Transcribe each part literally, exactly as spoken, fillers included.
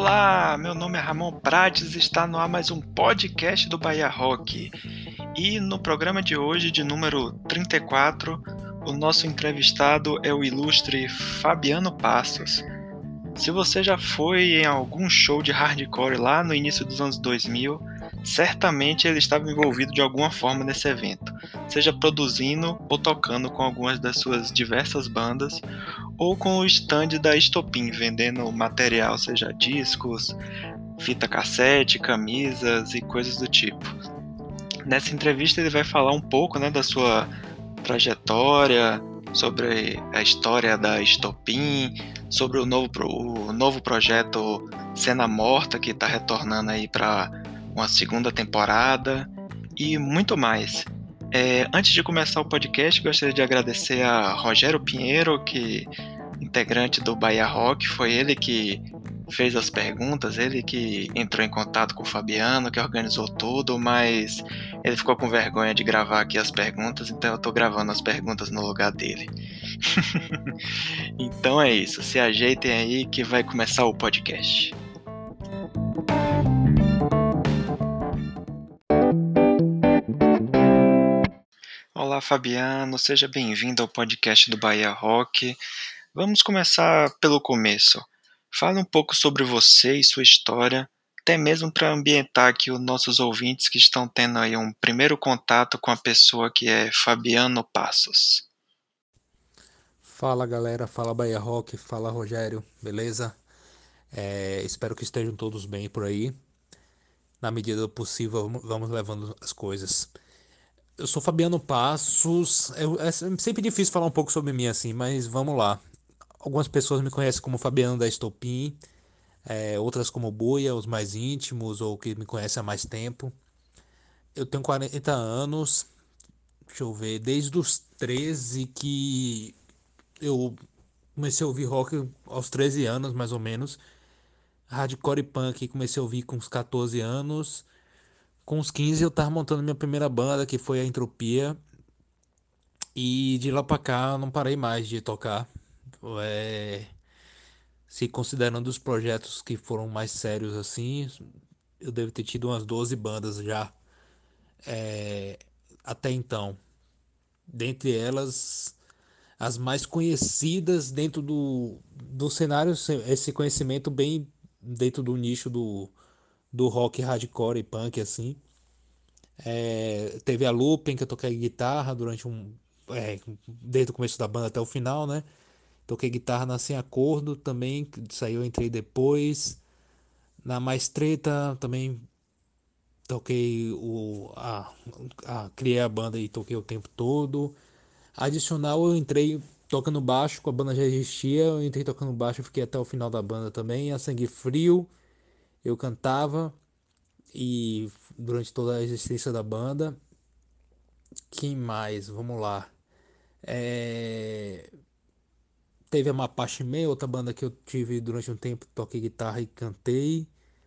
Olá, meu nome é Ramon Prates e está no ar mais um podcast do Bahia Rock. E no programa de hoje, de número trinta e quatro, o nosso entrevistado é o ilustre Fabiano Passos. Se você já foi em algum show de hardcore lá no início dos anos dois mil, certamente ele estava envolvido de alguma forma nesse evento, seja produzindo ou tocando com algumas das suas diversas bandas, ou com o stand da Estopim, vendendo material, seja discos, fita cassete, camisas e coisas do tipo. Nessa entrevista ele vai falar um pouco, né, da sua trajetória, sobre a história da Estopim, sobre o novo, o novo projeto Cena Morta, que está retornando aí para uma segunda temporada, e muito mais. É, antes de começar o podcast, gostaria de agradecer a Rogério Pinheiro, que integrante do Bahia Rock, foi ele que fez as perguntas, ele que entrou em contato com o Fabiano, que organizou tudo, mas ele ficou com vergonha de gravar aqui as perguntas, então eu tô gravando as perguntas no lugar dele. Então é isso, se ajeitem aí que vai começar o podcast. Olá, Fabiano, seja bem-vindo ao podcast do Bahia Rock. Vamos começar pelo começo. Fale um pouco sobre você e sua história, até mesmo para ambientar aqui os nossos ouvintes que estão tendo aí um primeiro contato com a pessoa que é Fabiano Passos. Fala galera, fala Bahia Rock, fala Rogério, beleza? É, espero que estejam todos bem por aí. Na medida do possível, vamos- vamos levando as coisas. Eu sou Fabiano Passos. Eu- é sempre difícil falar um pouco sobre mim assim, mas vamos lá. Algumas pessoas me conhecem como Fabiano da Estopim, é, outras como Buia, os mais íntimos ou que me conhecem há mais tempo. Eu tenho quarenta anos, deixa eu ver, desde os treze que eu comecei a ouvir rock aos treze anos, mais ou menos. Hardcore e punk comecei a ouvir com uns quatorze anos. Com uns quinze eu tava montando minha primeira banda, que foi a Entropia. E de lá pra cá eu não parei mais de tocar. É, se considerando os projetos que foram mais sérios assim, eu devo ter tido umas doze bandas já é, até então. Dentre elas, as mais conhecidas dentro do, do cenário, esse conhecimento bem dentro do nicho do, do rock hardcore e punk assim. É, teve a Looping, que eu toquei guitarra durante um. É, desde o começo da banda até o final, né? Toquei guitarra na Sem Acordo também, que saiu, eu entrei depois. Na Mais Treta também toquei o. A, a, criei a banda e toquei o tempo todo. Adicional, eu entrei tocando baixo, com a banda já existia. Eu entrei tocando baixo, fiquei até o final da banda também. A Sangue Frio, eu cantava e durante toda a existência da banda. Quem mais? Vamos lá. É, teve a Mapache Man, outra banda que eu tive durante um tempo, toquei guitarra e cantei.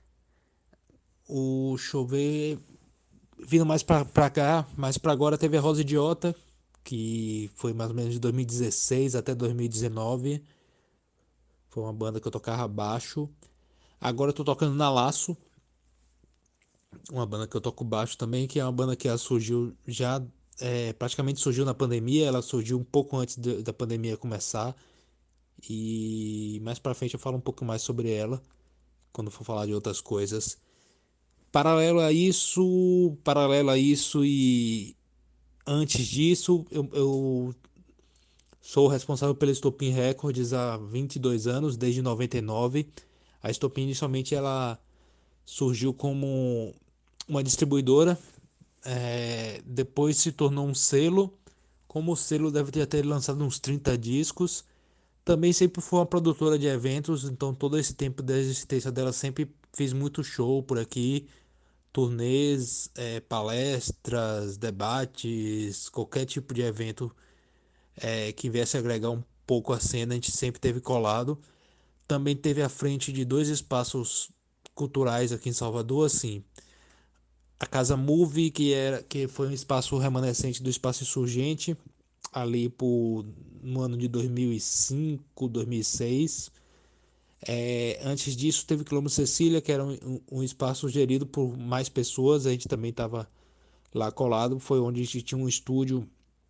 O Chover, vindo mais pra, pra cá, mais pra agora, teve a Rosa Idiota, que foi mais ou menos de dois mil e dezesseis até dois mil e dezenove. Foi uma banda que eu tocava baixo. Agora eu tô tocando na Laço, uma banda que eu toco baixo também, que é uma banda que ela surgiu já, é, praticamente surgiu na pandemia. Ela surgiu um pouco antes de, da pandemia começar. E mais pra frente eu falo um pouco mais sobre ela quando for falar de outras coisas. Paralelo a isso, paralelo a isso e antes disso, eu, eu sou responsável pela Estopim Records há vinte e dois anos, desde noventa e nove. A Estopim inicialmente ela surgiu como uma distribuidora, é, depois se tornou um selo. Como o selo deve ter, ter lançado uns trinta discos. Também sempre foi uma produtora de eventos, então todo esse tempo da existência dela sempre fiz muito show por aqui, turnês, é, palestras, debates, qualquer tipo de evento é, que viesse agregar um pouco a cena, a gente sempre teve colado. Também teve à frente de dois espaços culturais aqui em Salvador, assim, a Casa Move, que era que foi um espaço remanescente do Espaço Insurgente, ali por, no ano de dois mil e cinco, dois mil e seis. É, antes disso teve Quilombo Cecília, que era um, um, um espaço gerido por mais pessoas, a gente também estava lá colado, foi onde a gente tinha um estúdio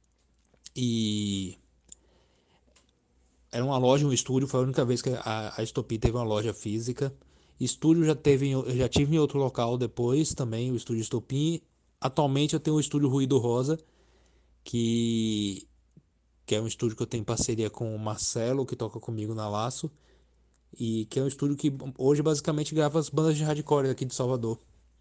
e era uma loja, um estúdio, foi a única vez que a, a Estopim teve uma loja física. Estúdio já teve, eu já tive em outro local depois também, o estúdio Estopim. Atualmente eu tenho o estúdio Ruído Rosa, que, que é um estúdio que eu tenho em parceria com o Marcelo, que toca comigo na Laço, e que é um estúdio que hoje basicamente grava as bandas de hardcore aqui de Salvador.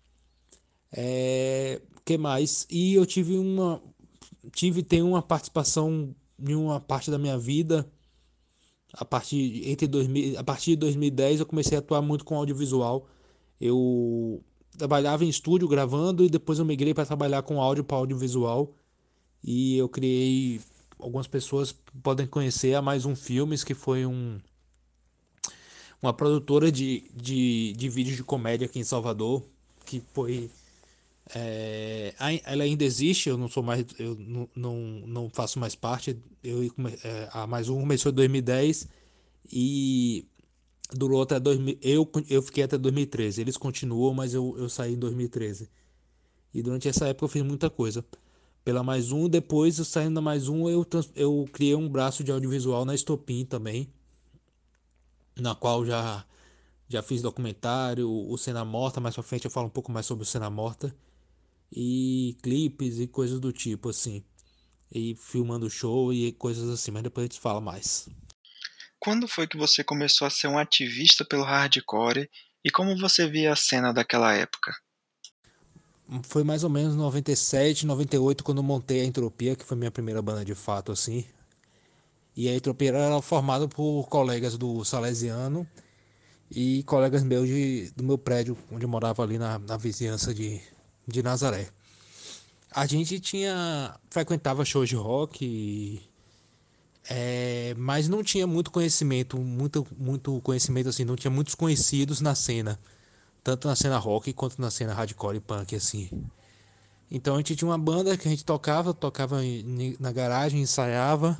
É, que mais? E eu tive uma, tive tem uma participação em uma parte da minha vida a partir entre dois mil, a partir de dois mil e dez eu comecei a atuar muito com audiovisual. Eu trabalhava em estúdio gravando e depois eu migrei para trabalhar com áudio para audiovisual e eu criei, algumas pessoas podem conhecer, a Mais Um Filmes, que foi um, uma produtora de, de, de vídeos de comédia aqui em Salvador, que foi é, ela ainda existe, eu não sou mais, eu não, não, não faço mais parte. Eu é, a Mais Um começou em dois mil e dez e durou até dois mil, eu, eu fiquei até dois mil e treze. Eles continuam, mas eu, eu saí em dois mil e treze. E durante essa época eu fiz muita coisa. Pela Mais Um, depois eu saindo da Mais Um, eu, eu criei um braço de audiovisual na Estopim também, na qual já, já fiz documentário, o Cena Morta, mais pra frente eu falo um pouco mais sobre o Cena Morta, e clipes e coisas do tipo, assim. E filmando show e coisas assim, mas depois a gente fala mais. Quando foi que você começou a ser um ativista pelo hardcore e como você via a cena daquela época? Foi mais ou menos noventa e sete, noventa e oito quando eu montei a Entropia, que foi minha primeira banda de fato, assim. E a Entropia era formada por colegas do Salesiano e colegas meus de, do meu prédio, onde eu morava ali na, na vizinhança de, de Nazaré. A gente tinha frequentava shows de rock, e, é, mas não tinha muito conhecimento, muito, muito conhecimento assim, não tinha muitos conhecidos na cena, tanto na cena rock quanto na cena hardcore e punk assim. Então a gente tinha uma banda que a gente tocava, tocava na garagem, ensaiava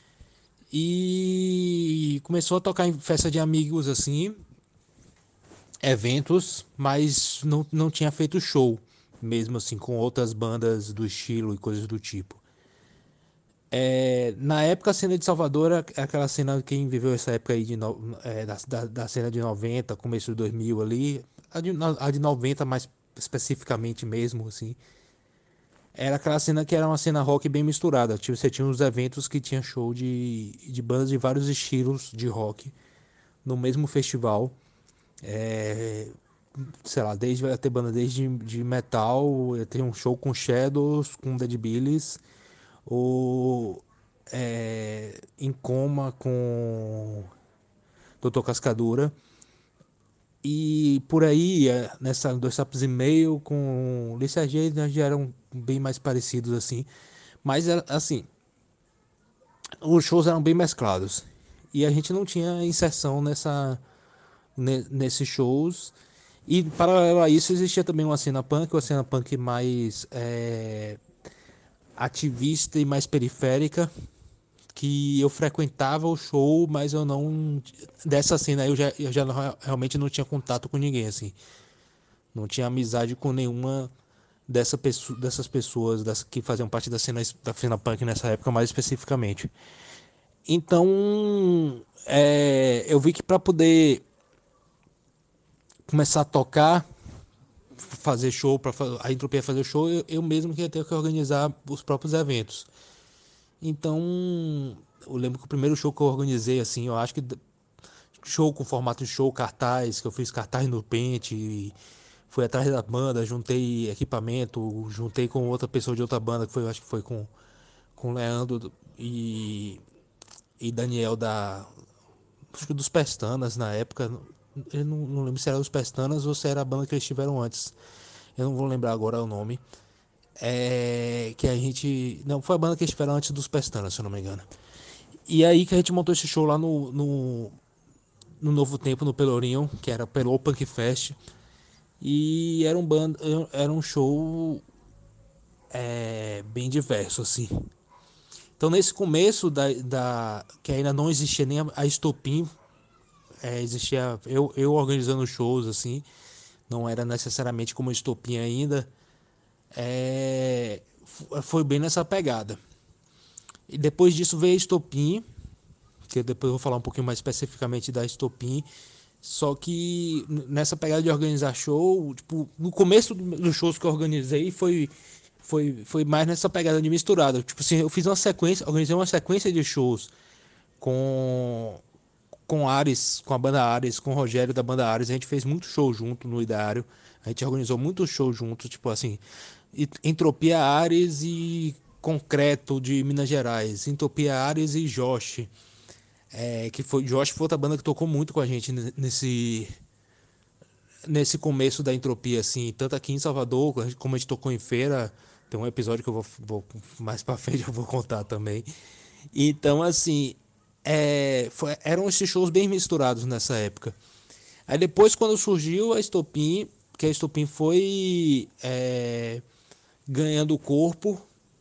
e começou a tocar em festa de amigos assim, eventos, mas não, não tinha feito show, mesmo assim, com outras bandas do estilo e coisas do tipo. É, na época a cena de Salvador é aquela cena, quem viveu essa época aí de no, é, da, da, da cena de noventa, começo de dois mil ali, a de, a de noventa mais especificamente mesmo, assim, era aquela cena que era uma cena rock bem misturada. Tipo, você tinha uns eventos que tinha show de, de bandas de vários estilos de rock no mesmo festival. É, sei lá, desde vai ter banda desde de metal, tem um show com Shadows, com Dead Billies, ou é, em coma com doutor Cascadura. E por aí, é, nessa dois sapos e meio com Lissa G, né, já eram bem mais parecidos assim. Mas era assim, os shows eram bem mesclados. E a gente não tinha inserção nessa, nesses shows. E paralelo a isso existia também uma cena punk, uma cena punk mais é, ativista e mais periférica, que eu frequentava o show, mas eu não dessa cena eu já, eu já não, realmente não tinha contato com ninguém assim, não tinha amizade com nenhuma dessa pessoa, dessas pessoas das, que faziam parte da cena da cena punk nessa época mais especificamente. Então é, eu vi que para poder começar a tocar, fazer show, para a Entropia fazer show, eu, eu mesmo que ia ter que organizar os próprios eventos. Então, eu lembro que o primeiro show que eu organizei, assim, eu acho que show com formato de show, cartaz, que eu fiz cartaz no pente, fui atrás da banda, juntei equipamento, juntei com outra pessoa de outra banda, que foi, eu acho que foi com, com Leandro e, e Daniel da. Acho que dos Pestanas na época. Eu não, não lembro se era dos Pestanas ou se era a banda que eles tiveram antes. Eu não vou lembrar agora o nome. É, que a gente. Não, foi a banda que eles tiveram antes dos Pestanas, se eu não me engano. E aí que a gente montou esse show lá no, no, no Novo Tempo, no Pelourinho, que era Pelou Punk Fest. E era um, band, era um show é, bem diverso, assim. Então nesse começo da, da que ainda não existia nem a, a Estopim, é, existia eu, eu organizando shows assim, não era necessariamente como Estopim ainda. É, foi bem nessa pegada. E depois disso veio a Estopim, que depois eu vou falar um pouquinho mais especificamente da Estopim. Só que nessa pegada de organizar show, tipo, no começo dos shows que eu organizei foi, foi, foi mais nessa pegada de misturada. Tipo assim, eu fiz uma sequência, organizei uma sequência de shows com com Ares, com a banda Ares, com o Rogério da banda Ares. A gente fez muito show junto no Idário. A gente organizou muito show junto, tipo assim, Entropia Ares e Concreto de Minas Gerais, Entropia Ares e Josh. É, que foi Josh foi outra banda que tocou muito com a gente nesse nesse começo da Entropia, assim, tanto aqui em Salvador como a gente tocou em feira. Tem um episódio que eu vou, vou mais para frente eu vou contar também. Então, assim, é, foi, eram esses shows bem misturados nessa época. Aí depois, quando surgiu a Estopim, que a Estopim foi é, ganhando corpo,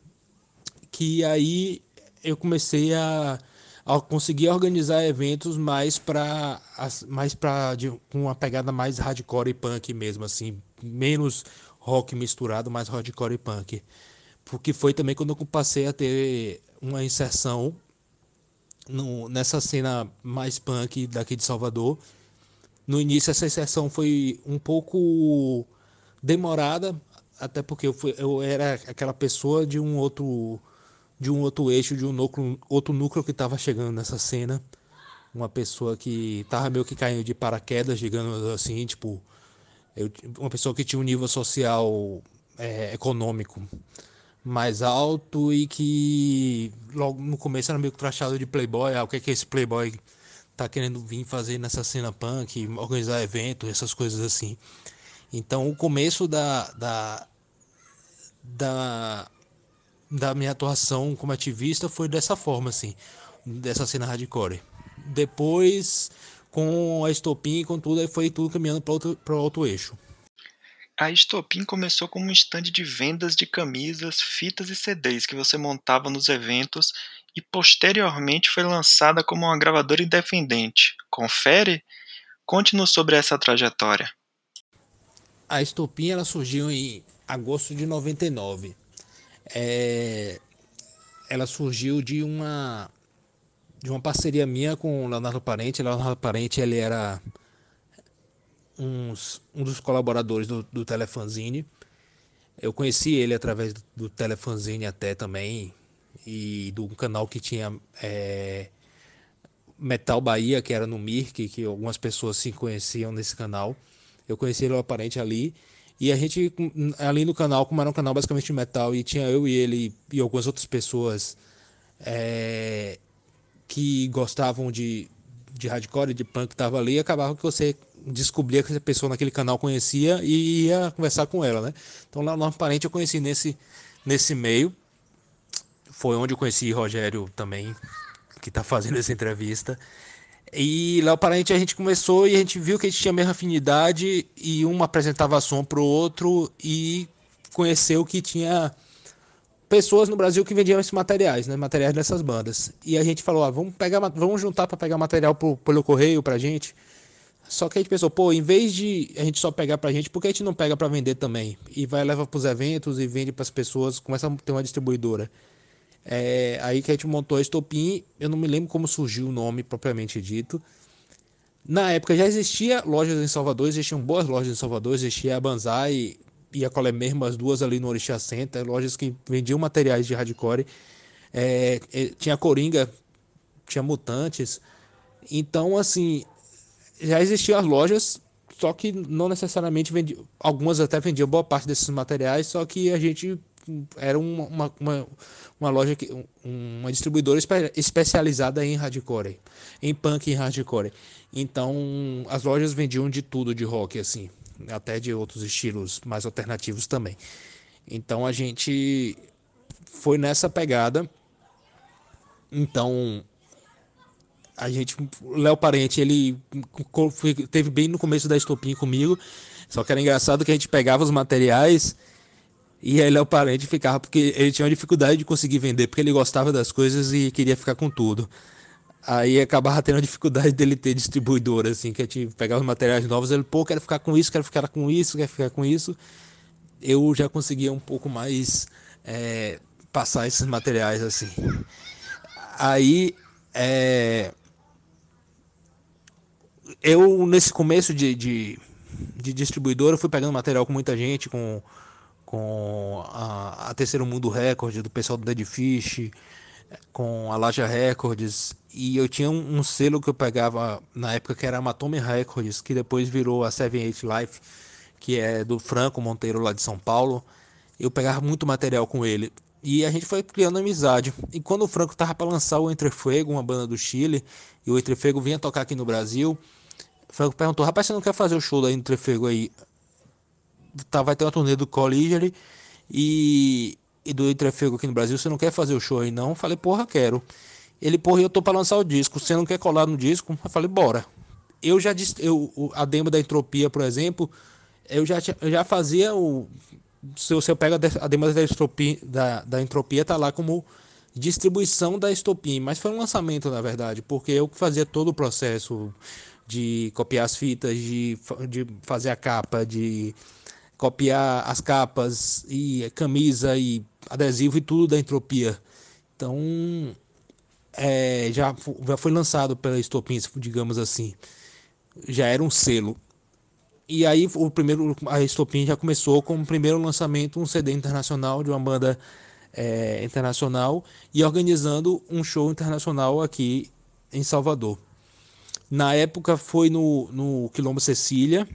que aí eu comecei a ao conseguir organizar eventos mais para mais para com uma pegada mais hardcore e punk mesmo, assim, menos rock misturado, mais hardcore e punk. Porque foi também quando eu passei a ter uma inserção no, nessa cena mais punk daqui de Salvador. No início essa inserção foi um pouco demorada, até porque eu, fui, eu era aquela pessoa de um outro de um outro eixo, de um núcleo, outro núcleo que estava chegando nessa cena. Uma pessoa que estava meio que caindo de paraquedas, digamos assim, tipo, eu, uma pessoa que tinha um nível social é, econômico mais alto e que logo no começo era meio que trachado de playboy. Ah, o que é que esse playboy tá querendo vir fazer nessa cena punk, organizar eventos, essas coisas assim. Então o começo da, da, da da minha atuação como ativista foi dessa forma, assim, dessa cena hardcore. Depois, com a Estopim e com tudo, aí foi tudo caminhando para outro, para outro eixo. A Estopim começou como um stand de vendas de camisas, fitas e C Ds que você montava nos eventos e posteriormente foi lançada como uma gravadora independente. Confere? Conte-nos sobre essa trajetória. A Estopim ela surgiu em agosto de noventa e nove. É, ela surgiu de uma de uma parceria minha com o Leonardo Parente. O Leonardo Parente ele era uns, um dos colaboradores do, do Telefanzine. Eu conheci ele através do, do Telefanzine até também, e do canal que tinha é, Metal Bahia, que era no Mirk, que algumas pessoas se conheciam nesse canal. Eu conheci ele aparente ali. E a gente, ali no canal, como era um canal basicamente de metal, e tinha eu e ele e algumas outras pessoas é, que gostavam de, de hardcore, de punk, que tava ali, acabava que você descobria que essa pessoa naquele canal conhecia e ia conversar com ela, né? Então lá no Parente eu conheci nesse, nesse meio. Foi onde eu conheci Rogério também, que tá fazendo essa entrevista. E lá aparente a gente começou e a gente viu que a gente tinha a mesma afinidade e um apresentava som pro outro e conheceu que tinha pessoas no Brasil que vendiam esses materiais, né, materiais dessas bandas. E a gente falou, ah, vamos pegar, vamos juntar para pegar material pro, pelo correio pra gente. Só que a gente pensou, pô, em vez de a gente só pegar pra gente, por que a gente não pega pra vender também? E vai leva pros eventos e vende pras pessoas, começa a ter uma distribuidora. É, aí que a gente montou a Estopim. Eu não me lembro como surgiu o nome propriamente dito. Na época já existia lojas em Salvador, existiam boas lojas em Salvador, existia a Banzai e a Colé mesmo, as duas ali no Orixá Center, lojas que vendiam materiais de hardcore. É, tinha Coringa, tinha Mutantes. Então, assim, já existiam as lojas, só que não necessariamente vendiam. Algumas até vendiam boa parte desses materiais, só que a gente era uma, uma, uma loja, que, uma distribuidora espe especializada em hardcore, em punk e hardcore. Então as lojas vendiam de tudo de rock, assim, até de outros estilos mais alternativos também. Então a gente foi nessa pegada. Então a gente, o Léo Parente, ele teve bem no começo da Estopim comigo, só que era engraçado que a gente pegava os materiais e aí Léo Parente ficava, porque ele tinha uma dificuldade de conseguir vender, porque ele gostava das coisas e queria ficar com tudo. Aí acabava tendo a dificuldade dele ter distribuidor, assim, que a gente pegava os materiais novos, ele, pô, quero ficar com isso, quero ficar com isso, quero ficar com isso. Eu já conseguia um pouco mais é, passar esses materiais, assim. Aí, é, eu, nesse começo de, de, de distribuidora, eu fui pegando material com muita gente, com, com a, a Terceiro Mundo Record, do pessoal do Dead Fish, com a Laja Records, e eu tinha um, um selo que eu pegava na época que era a Matome Records, que depois virou a Seven Eight Life, que é do Franco Monteiro lá de São Paulo. Eu pegava muito material com ele. E a gente foi criando amizade. E quando o Franco tava para lançar o Entre Fuego, uma banda do Chile, e o Entre Fuego vinha tocar aqui no Brasil, o Franco perguntou: rapaz, você não quer fazer o show da Entre Fuego aí? Tá, vai ter uma turnê do Colligery e, e do Entre Fuego aqui no Brasil, você não quer fazer o show aí não? Eu falei: porra, quero. Ele: porra, eu tô para lançar o disco, você não quer colar no disco? Eu falei: bora. Eu já disse, eu, a demo da Entropia, por exemplo, eu já, eu já fazia o. Se você pega a demo da entropia, da, da entropia, tá lá como distribuição da Estopim, mas foi um lançamento, na verdade, porque eu fazia todo o processo de copiar as fitas, de, de fazer a capa, de copiar as capas e camisa e adesivo e tudo da entropia. Então, é, já, já foi lançado pela Estopim, digamos assim. Já era um selo. E aí o primeiro, a Estopim já começou com o primeiro lançamento, um C D internacional de uma banda é, internacional e organizando um show internacional aqui em Salvador. Na época foi no, no Quilombo Cecília,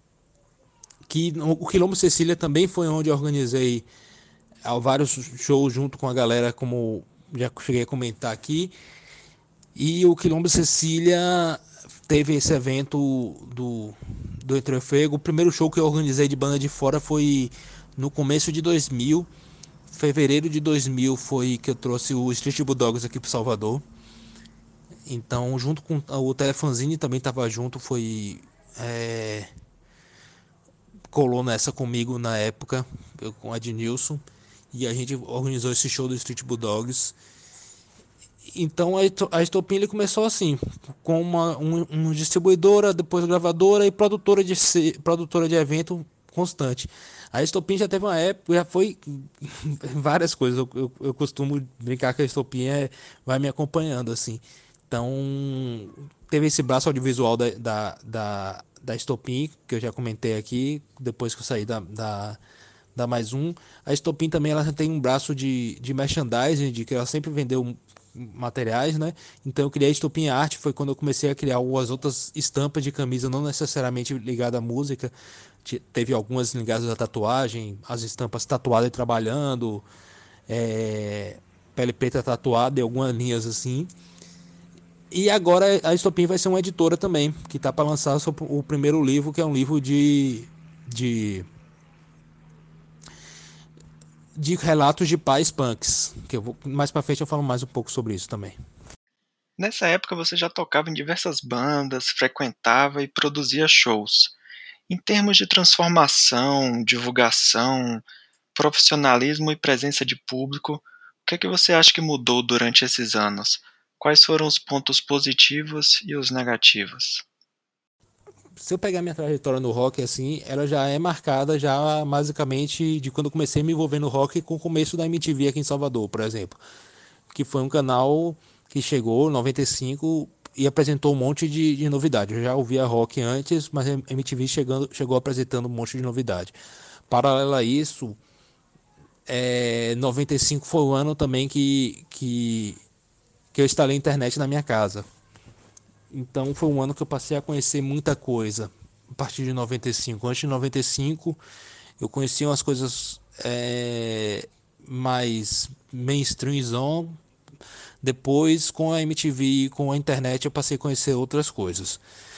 que no, o Quilombo Cecília também foi onde eu organizei vários shows junto com a galera, como já cheguei a comentar aqui. E o Quilombo Cecília teve esse evento do, do Entre Fuego. O primeiro show que eu organizei de banda de fora foi no começo de dois mil. Fevereiro de dois mil foi que eu trouxe o Street Bulldogs aqui para Salvador. Então, junto com o Telefanzine também estava junto, foi é, colou nessa comigo na época, eu com a Ednilson, e a gente organizou esse show do Street Bulldogs. Então a Estopim ele começou assim, com uma um, um distribuidora, depois gravadora e produtora de produtora de evento constante. A Estopim já teve uma época, já foi várias coisas. Eu, eu, eu costumo brincar que a Estopim é, vai me acompanhando assim. Então teve esse braço audiovisual da, da, da, da Estopim, que eu já comentei aqui, depois que eu saí da, da, da Mais Um. A Estopim também ela tem um braço de, de merchandising, de que ela sempre vendeu materiais, né? Então eu criei a Estopim Arte, foi quando eu comecei a criar algumas outras estampas de camisa, não necessariamente ligada à música. Teve algumas ligadas à tatuagem, as estampas tatuadas e trabalhando, é, pele preta tatuada e algumas linhas assim. E agora a Estopim vai ser uma editora também, que tá para lançar o primeiro livro, que é um livro de de de relatos de pais punks, que eu vou mais para frente eu falo mais um pouco sobre isso também. Nessa época você já tocava em diversas bandas, frequentava e produzia shows. Em termos de transformação, divulgação, profissionalismo e presença de público, o que é que você acha que mudou durante esses anos? Quais foram os pontos positivos e os negativos? Se eu pegar minha trajetória no rock assim, ela já é marcada já basicamente de quando eu comecei a me envolver no rock com o começo da M T V aqui em Salvador, por exemplo, que foi um canal que chegou em noventa e cinco e apresentou um monte de, de novidade. Eu já ouvia rock antes, mas a M T V chegando, chegou apresentando um monte de novidade. Paralelo a isso, é, noventa e cinco foi o ano também que, que, que eu instalei a internet na minha casa. Então foi um ano que eu passei a conhecer muita coisa. A partir de noventa e cinco. Antes de noventa e cinco, eu conhecia umas coisas é, mais mainstreamzão. Depois, com a M T V, com a internet, eu passei a conhecer outras coisas.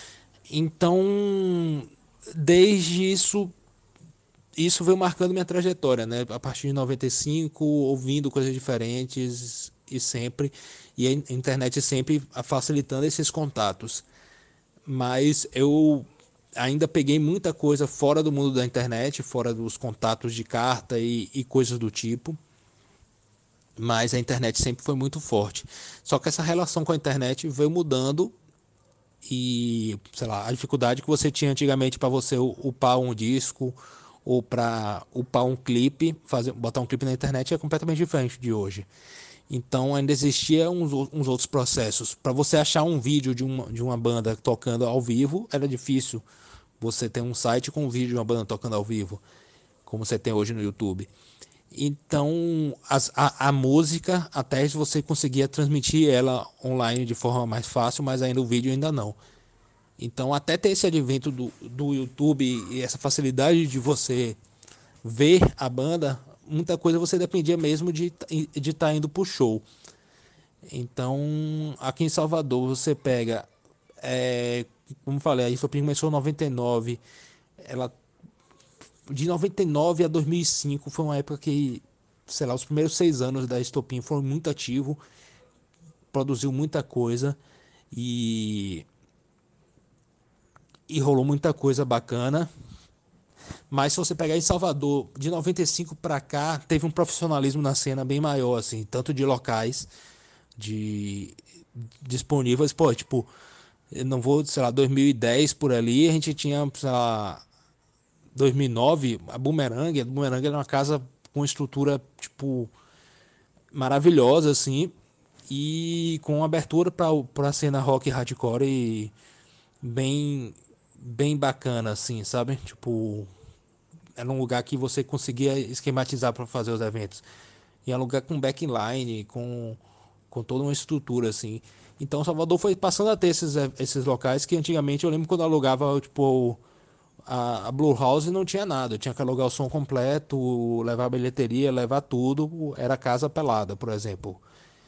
Então, desde isso, isso veio marcando minha trajetória, né? A partir de noventa e cinco, ouvindo coisas diferentes e sempre, e a internet sempre facilitando esses contatos. Mas eu ainda peguei muita coisa fora do mundo da internet, fora dos contatos de carta e, e coisas do tipo. mas a internet sempre foi muito forte. Só que essa relação com a internet veio mudando e, sei lá, a dificuldade que você tinha antigamente para você upar um disco ou para upar um clipe, fazer, botar um clipe na internet é completamente diferente de hoje. Então ainda existia uns, uns outros processos. Para você achar um vídeo de uma, de uma banda tocando ao vivo, era difícil. Você tem um site com um vídeo de uma banda tocando ao vivo, como você tem hoje no YouTube. Então as, a, a música, até você conseguia transmitir ela online de forma mais fácil, mas ainda o vídeo ainda não. Então até ter esse advento do, do YouTube e essa facilidade de você ver a banda, muita coisa você dependia mesmo de de estar indo pro show. Então aqui em Salvador você pega, é, como falei, a Estopim começou em noventa e nove, ela de noventa e nove a dois mil e cinco foi uma época que, sei lá, os primeiros seis anos da Estopim foram muito ativo, produziu muita coisa e e rolou muita coisa bacana. Mas se você pegar em Salvador, de noventa e cinco para cá, teve um profissionalismo na cena bem maior, assim, tanto de locais, de disponíveis, pô, tipo, eu não vou, sei lá, dois mil e dez por ali, a gente tinha, sei lá, dois mil e nove, a Boomerang, a Boomerang era uma casa com estrutura, tipo, maravilhosa, assim, e com abertura para a cena rock hardcore e bem, bem bacana, assim, sabe? Tipo, era um lugar que você conseguia esquematizar para fazer os eventos. E é um lugar com backline, com, com toda uma estrutura, assim. Então Salvador foi passando a ter esses, esses locais que antigamente eu lembro quando eu alugava, tipo, a, a Blue House não tinha nada. Eu tinha que alugar o som completo, levar a bilheteria, levar tudo. Era casa pelada, por exemplo.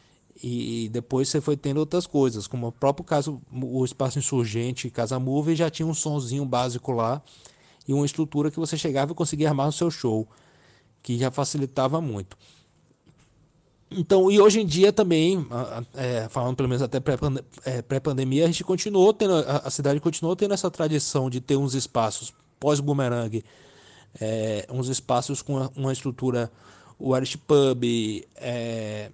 E depois você foi tendo outras coisas, como o próprio caso, o Espaço Insurgente, Casa Move, já tinha um sonzinho básico lá e uma estrutura que você chegava e conseguia armar o seu show, que já facilitava muito. Então, e hoje em dia também, é, falando pelo menos até pré-pandemia, a gente continuou tendo, a cidade continuou tendo essa tradição de ter uns espaços pós-boomerang, é, uns espaços com uma estrutura, o Irish Pub, é,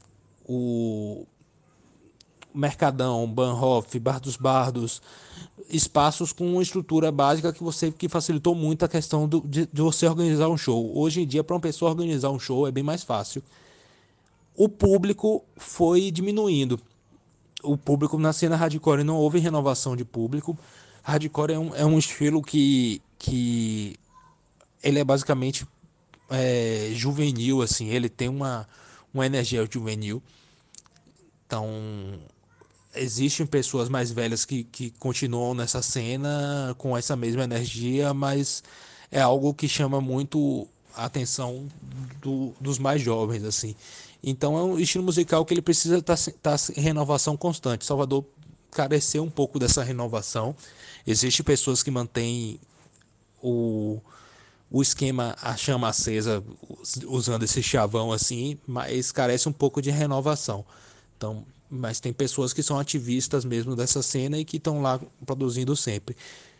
o Mercadão, Bahnhof, Bar dos Bardos, espaços com uma estrutura básica que você que facilitou muito a questão do, de, de você organizar um show. Hoje em dia, para uma pessoa organizar um show é bem mais fácil. O público foi diminuindo. O público na cena hardcore não houve renovação de público. Hardcore é um, é um estilo que, que ele é basicamente é, juvenil, assim. Ele tem uma, uma energia juvenil. Então existem pessoas mais velhas que, que continuam nessa cena com essa mesma energia, mas é algo que chama muito a atenção do, dos mais jovens, assim. Então é um estilo musical que ele precisa estar tá, tá em renovação constante. Salvador careceu um pouco dessa renovação. Existem pessoas que mantêm o, o esquema, a chama acesa, usando esse chavão assim, mas carece um pouco de renovação. Então, mas tem pessoas que são ativistas mesmo dessa cena e que estão lá produzindo sempre.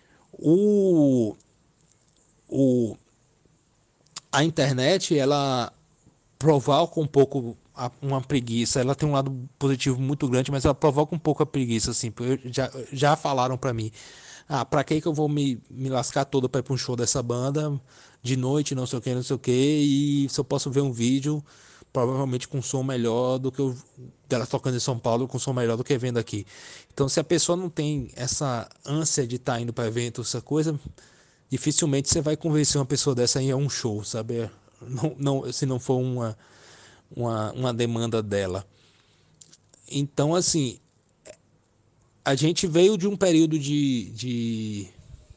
O, o, a internet, ela provoca um pouco a, uma preguiça. Ela tem um lado positivo muito grande, mas ela provoca um pouco a preguiça, assim. Já, já falaram para mim, ah, pra que que eu vou me, me lascar todo para ir pra um show dessa banda de noite, não sei o que, não sei o que, e se eu posso ver um vídeo provavelmente com som melhor do que o dela tocando em São Paulo, com som melhor do que vendo aqui. Então, se a pessoa não tem essa ânsia de estar tá indo para evento, essa coisa, dificilmente você vai convencer uma pessoa dessa a ir a um show, sabe? Não, não, se não for uma, uma, uma demanda dela. Então, assim, a gente veio de um período de, de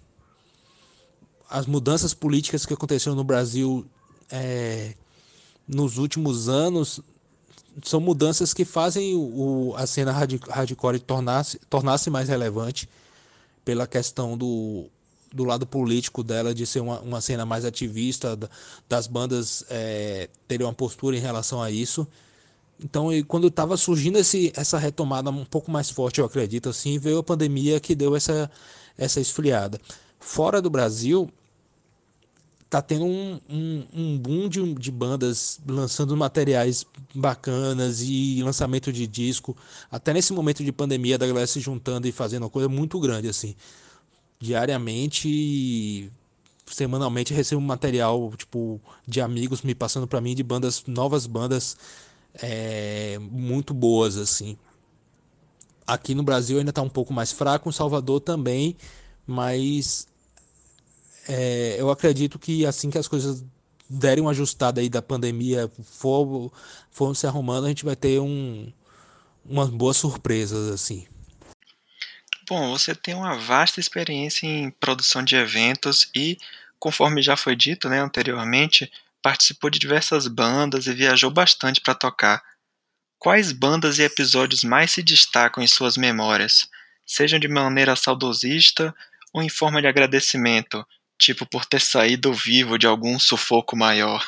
as mudanças políticas que aconteceram no Brasil é, nos últimos anos são mudanças que fazem o, a cena hardcore tornar-se tornar-se mais relevante pela questão do, do lado político dela, de ser uma, uma cena mais ativista, das bandas é, terem uma postura em relação a isso. Então, quando estava surgindo esse, essa retomada um pouco mais forte, eu acredito, assim, veio a pandemia que deu essa, essa esfriada. Fora do Brasil, tá tendo um, um, um boom de, de bandas lançando materiais bacanas e lançamento de disco. Até nesse momento de pandemia, da galera se juntando e fazendo uma coisa muito grande, assim. Diariamente, semanalmente, recebo material, tipo, de amigos me passando pra mim de bandas, novas bandas, é, muito boas, assim. Aqui no Brasil ainda tá um pouco mais fraco, em Salvador também, mas é, eu acredito que assim que as coisas derem uma ajustada aí da pandemia, for, for se arrumando, a gente vai ter um, umas boas surpresas, assim. Bom, você tem uma vasta experiência em produção de eventos e, conforme já foi dito, né, anteriormente, participou de diversas bandas e viajou bastante para tocar. Quais bandas e episódios mais se destacam em suas memórias, sejam de maneira saudosista ou em forma de agradecimento, tipo por ter saído vivo de algum sufoco maior?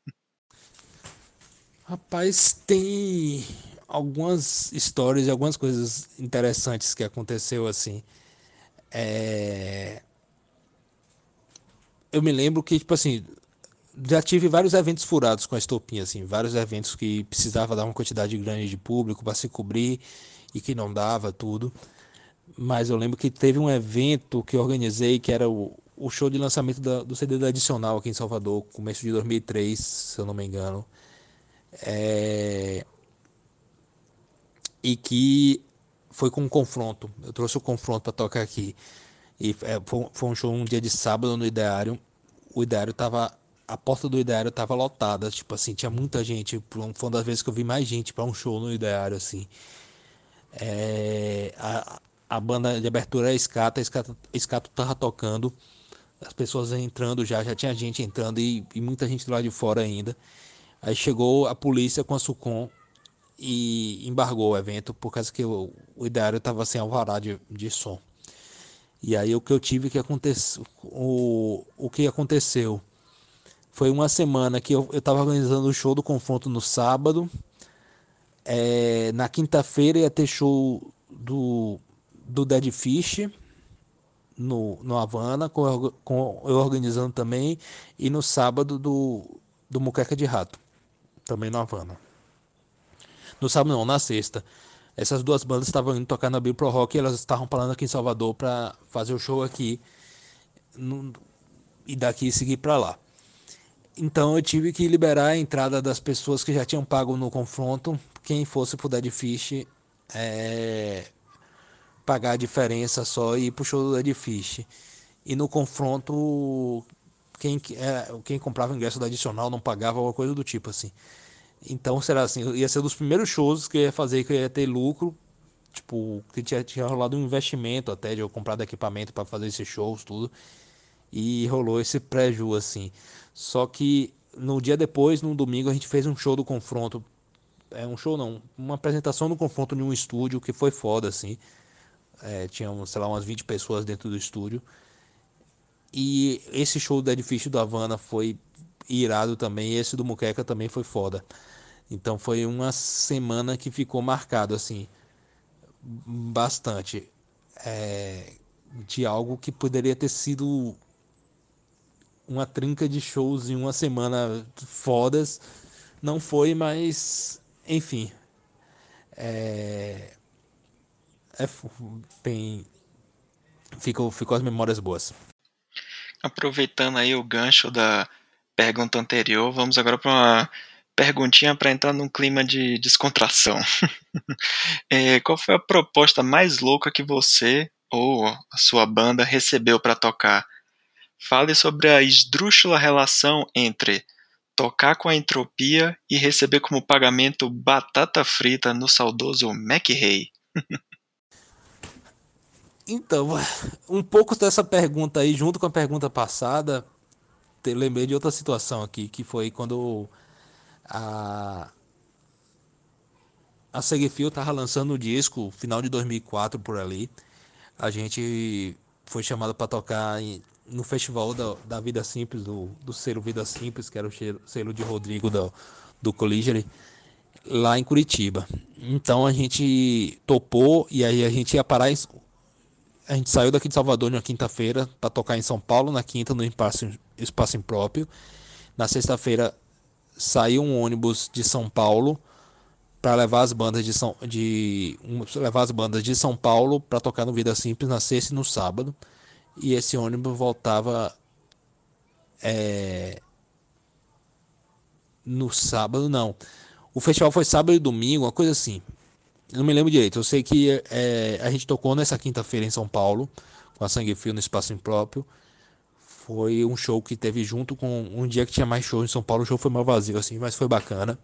Rapaz, tem algumas histórias e algumas coisas interessantes que aconteceu assim. É, eu me lembro que, tipo assim, já tive vários eventos furados com a Estopinha, assim, vários eventos que precisava dar uma quantidade grande de público para se cobrir e que não dava tudo. Mas eu lembro que teve um evento que eu organizei que era o, o show de lançamento da- do C D da Adicional aqui em Salvador, começo de dois mil e três, se eu não me engano. É, e que foi com um confronto. Eu trouxe o confronto para tocar aqui. E é, foi, foi um show um dia de sábado no Ideário. O Ideário tava. A porta do Ideário tava lotada. Tipo assim, tinha muita gente. Foi uma das vezes que eu vi mais gente para um show no Ideário, assim. É, a, a banda de abertura é Escata. A Escata, Escata tava tocando. As pessoas entrando já, já tinha gente entrando e, e muita gente lá de fora ainda. Aí chegou a polícia com a Sucom e embargou o evento por causa que o, o Ideário estava sem alvará de, de som. E aí o que eu tive que acontecer, o, o que aconteceu foi uma semana que eu estava organizando o show do confronto no sábado. É, na quinta-feira ia ter show do, do Dead Fish no, no Havana, com, com eu organizando também. E no sábado do, do Muqueca de Rato, também no Havana. No sábado não, na sexta. Essas duas bandas estavam indo tocar na Bill Pro Rock e elas estavam falando aqui em Salvador para fazer o show aqui no, e daqui seguir para lá. Então eu tive que liberar a entrada das pessoas que já tinham pago no confronto. Quem fosse pro Dead Fish, é, pagar a diferença só e ir pro show do Dead Fish. E no confronto, quem, é, quem comprava ingresso da adicional não pagava, alguma coisa do tipo assim. Então será assim, ia ser um dos primeiros shows que eu ia fazer que eu ia ter lucro. Tipo, que tinha, tinha rolado um investimento até de eu comprar equipamento para fazer esses shows, tudo. E rolou esse préju assim. Só que no dia depois, no domingo, a gente fez um show do confronto. É um show não, uma apresentação do confronto em um estúdio que foi foda, assim. É, tinha, sei lá, umas vinte pessoas dentro do estúdio. E esse show do Edifício do Havana foi irado também. E esse do Muqueca também foi foda. Então foi uma semana que ficou marcado, assim, bastante. É, de algo que poderia ter sido uma trinca de shows em uma semana fodas. Não foi, mas enfim. É, é, tem, ficou, ficou as memórias boas. Aproveitando aí o gancho da pergunta anterior, vamos agora para uma perguntinha para entrar num clima de descontração. É, qual foi a proposta mais louca que você ou a sua banda recebeu para tocar? Fale sobre a esdrúxula relação entre tocar com a entropia e receber como pagamento batata frita no saudoso McRae. Então, um pouco dessa pergunta aí, junto com a pergunta passada, te lembrei de outra situação aqui, que foi quando a, a Segefil tava lançando o disco, final de dois mil e quatro por ali. A gente foi chamado para tocar em, no festival da, da Vida Simples, do, do selo Vida Simples, que era o selo de Rodrigo do, do Colligery, lá em Curitiba. Então a gente topou e aí a gente ia parar. A gente saiu daqui de Salvador na quinta-feira para tocar em São Paulo na quinta, no Espaço, espaço impróprio. Na sexta-feira saiu um ônibus de São Paulo para levar as bandas de São de um, levar as bandas de São Paulo para tocar no Vida Simples na sexta e no sábado. E esse ônibus voltava é, no sábado, não. O festival foi sábado e domingo, uma coisa assim. Eu não me lembro direito. Eu sei que é, a gente tocou nessa quinta-feira em São Paulo, com a Sangue Frio no Espaço Impróprio. Foi um show que teve junto com um dia que tinha mais show em São Paulo. O show foi mais vazio, assim, mas foi bacana.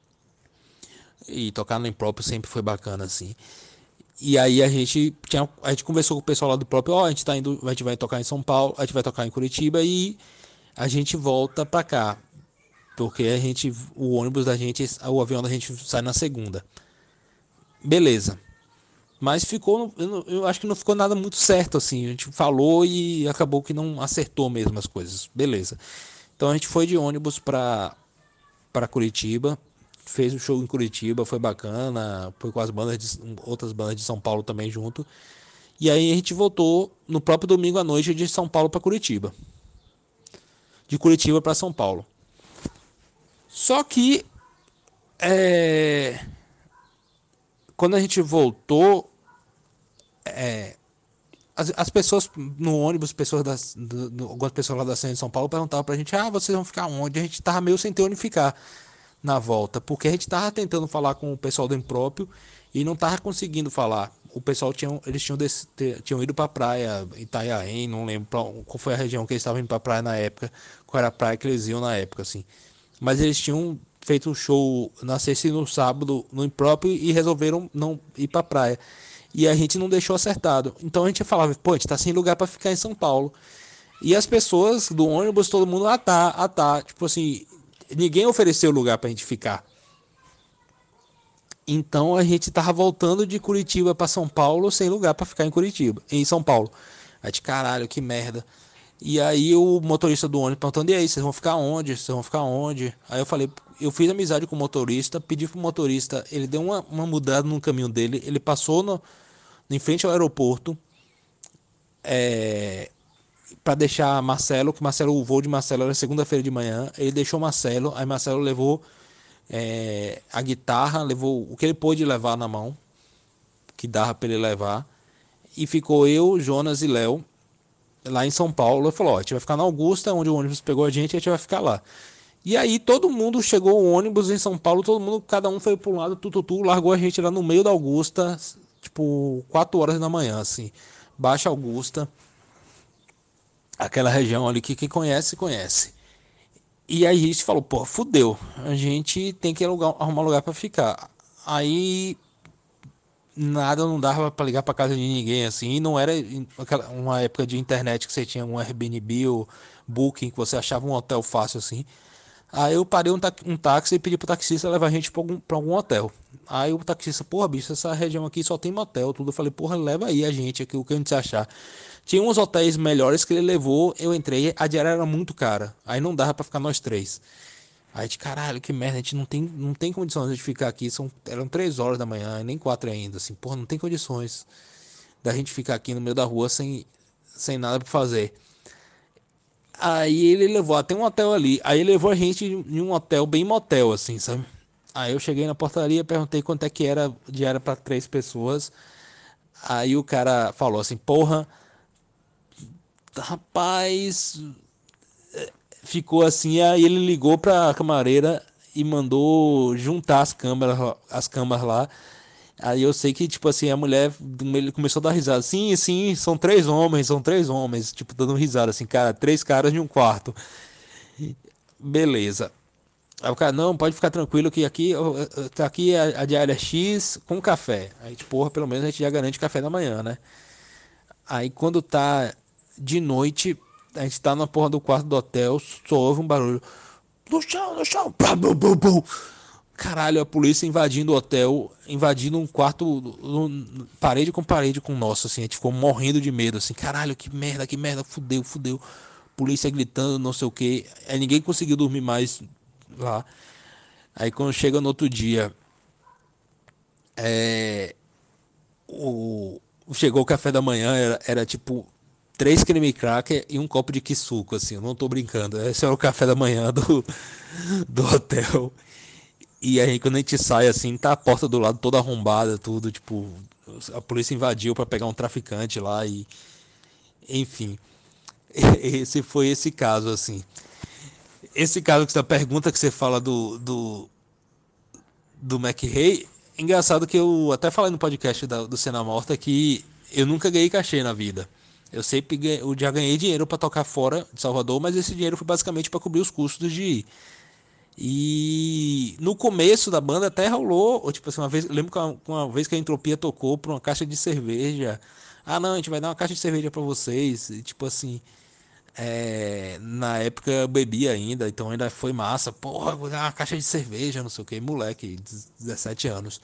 E tocar no Impróprio sempre foi bacana, assim. E aí a gente tinha, a gente conversou com o pessoal lá do próprio, ó, oh, a gente tá indo, a gente vai tocar em São Paulo, a gente vai tocar em Curitiba e a gente volta pra cá. Porque a gente, o ônibus da gente, o avião da gente sai na segunda. Beleza. Mas ficou, eu, eu acho que não ficou nada muito certo, assim. A gente falou e acabou que não acertou mesmo as coisas. Beleza. Então a gente foi de ônibus pra, pra Curitiba. Fez o show em Curitiba, foi bacana. Foi com as bandas de, outras bandas de São Paulo também junto. E aí a gente voltou no próprio domingo à noite de São Paulo pra Curitiba. De Curitiba pra São Paulo. Só que é, quando a gente voltou, é, as, as pessoas no ônibus, pessoas das, do, do, algumas pessoas lá da cena de São Paulo perguntavam pra gente, ah, vocês vão ficar onde? A gente tava meio sem ter onde ficar na volta, porque a gente tava tentando falar com o pessoal do Impróprio e não tava conseguindo falar. O pessoal tinha, eles tinham, desse, tinham ido pra praia, Itanhaém, não lembro pra, qual foi a região que eles estavam indo pra praia na época, qual era a praia que eles iam na época, assim. Mas eles tinham feito um show na sexta e no sábado no Impróprio e resolveram não ir pra praia. E a gente não deixou acertado. Então a gente falava, pô, a gente tá sem lugar pra ficar em São Paulo. E as pessoas do ônibus, todo mundo, ah tá, ah tá. Tipo assim, ninguém ofereceu lugar pra gente ficar. Então a gente tava voltando de Curitiba pra São Paulo sem lugar pra ficar em Curitiba, em São Paulo. Aí de caralho, que merda. E aí o motorista do ônibus perguntando, e aí, vocês vão ficar onde? Vocês vão ficar onde? Aí eu falei, eu fiz amizade com o motorista, pedi pro motorista, ele deu uma, uma mudada no caminho dele, ele passou no, em frente ao aeroporto, é, para deixar Marcelo, que Marcelo, o voo de Marcelo era segunda-feira de manhã, ele deixou Marcelo, aí Marcelo levou é, a guitarra, levou o que ele pôde levar na mão, que dava para ele levar, e ficou eu, Jonas e Léo, lá em São Paulo. Ele falou, ó, a gente vai ficar na Augusta, onde o ônibus pegou a gente, e a gente vai ficar lá. E aí todo mundo chegou, o ônibus em São Paulo, todo mundo, cada um foi para um lado, tu, tu, tu, largou a gente lá no meio da Augusta, tipo, quatro horas da manhã, assim, Baixa Augusta, aquela região ali que quem conhece, conhece. E aí a gente falou, pô, fudeu, a gente tem que alugar, arrumar lugar para ficar. Aí nada, não dava para ligar para casa de ninguém assim, e não era uma época de internet que você tinha um Airbnb ou Booking que você achava um hotel fácil assim. Aí eu parei um, um táxi e pedi pro taxista levar a gente pra algum, pra algum hotel. Aí o taxista, porra, bicho, essa região aqui só tem motel, tudo. Eu falei, porra, leva aí a gente aqui, o que a gente achar. Tinha uns hotéis melhores que ele levou, eu entrei, a diária era muito cara. Aí não dava pra ficar nós três. Aí de caralho, que merda, a gente não tem, não tem condições de ficar aqui. São, eram três horas da manhã, nem quatro ainda, assim, porra, não tem condições da gente ficar aqui no meio da rua sem, sem nada pra fazer. Aí ele levou até um hotel ali. Aí ele levou a gente em um hotel bem motel, assim, sabe? Aí eu cheguei na portaria, perguntei quanto é que era diária para três pessoas. Aí o cara falou assim, porra, rapaz, ficou assim. Aí ele ligou pra camareira e mandou juntar as câmeras, as câmeras lá. Aí eu sei que, tipo assim, a mulher, ele começou a dar risada. Sim, sim, são três homens, são três homens. Tipo, dando risada, assim, cara, três caras em um quarto. Beleza. Aí o cara, não, pode ficar tranquilo que aqui, tá aqui a, a diária X com café. Aí, tipo, porra, pelo menos a gente já garante café da manhã, né? Aí quando tá de noite, a gente tá na porra do quarto do hotel, só ouve um barulho. No chão, no chão, pá, bum, bum, bum. Caralho, a polícia invadindo o hotel, invadindo um quarto, um, parede com parede com o nosso, assim, a gente ficou morrendo de medo, assim, caralho, que merda, que merda, fudeu, fudeu. Polícia gritando, não sei o que. Aí ninguém conseguiu dormir mais lá. Aí quando chega no outro dia, é, o, chegou o café da manhã, era, era tipo três creme cracker e um copo de suco, assim, eu não tô brincando. Esse era o café da manhã do, do hotel. E aí quando a gente sai assim, tá a porta do lado toda arrombada, tudo, tipo, a polícia invadiu pra pegar um traficante lá e enfim, esse foi esse caso assim. Esse caso que você pergunta que você fala do do do McRae, engraçado que eu até falei no podcast da, do Cena Morta que eu nunca ganhei cachê na vida. Eu sempre ganhei, eu já ganhei dinheiro pra tocar fora de Salvador, mas esse dinheiro foi basicamente pra cobrir os custos de ir. E no começo da banda até rolou, ou, tipo assim, uma vez, eu lembro que uma, uma vez que a Entropia tocou por uma caixa de cerveja. Ah, não, a gente vai dar uma caixa de cerveja pra vocês. E, tipo assim, é, na época eu bebia ainda, então ainda foi massa. Porra, vou dar uma caixa de cerveja, não sei o que, moleque, dezessete anos.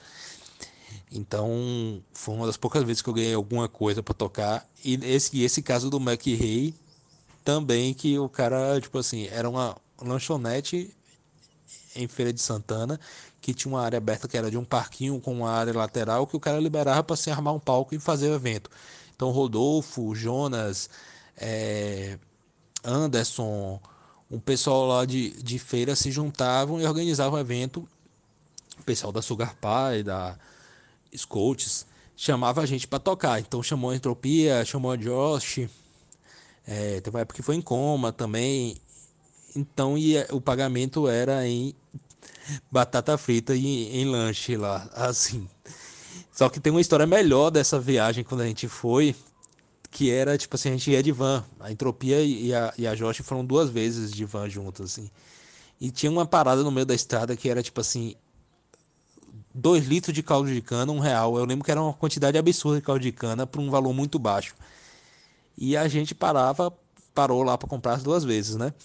Então, foi uma das poucas vezes que eu ganhei alguma coisa pra tocar. E esse, esse caso do Mac Rei também, que o cara, tipo assim, era uma lanchonete em Feira de Santana, que tinha uma área aberta que era de um parquinho com uma área lateral que o cara liberava para se armar um palco e fazer o evento. Então Rodolfo, Jonas, é, Anderson, um pessoal lá de, de feira se juntavam e organizavam o evento. O pessoal da Sugar Pie, da Scouts, chamava a gente para tocar. Então chamou a Entropia, chamou a Josh, é, teve uma época que foi em coma também. Então ia, o pagamento era em batata frita em, em lanche lá, assim. Só que tem uma história melhor dessa viagem quando a gente foi, que era, tipo assim, a gente ia de van. A Entropia e a, e a Josh foram duas vezes de van juntos, assim. E tinha uma parada no meio da estrada que era, tipo assim, dois litros de caldo de cana, um real. Eu lembro que era uma quantidade absurda de caldo de cana por um valor muito baixo. E a gente parava, parou lá para comprar as duas vezes, né?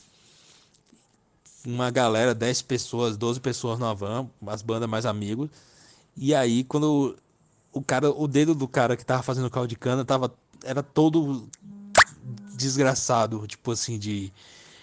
Uma galera, dez pessoas, doze pessoas na van, as bandas mais amigos. E aí, quando o cara, o dedo do cara que tava fazendo caldo de cana tava, era todo desgraçado, tipo assim, de,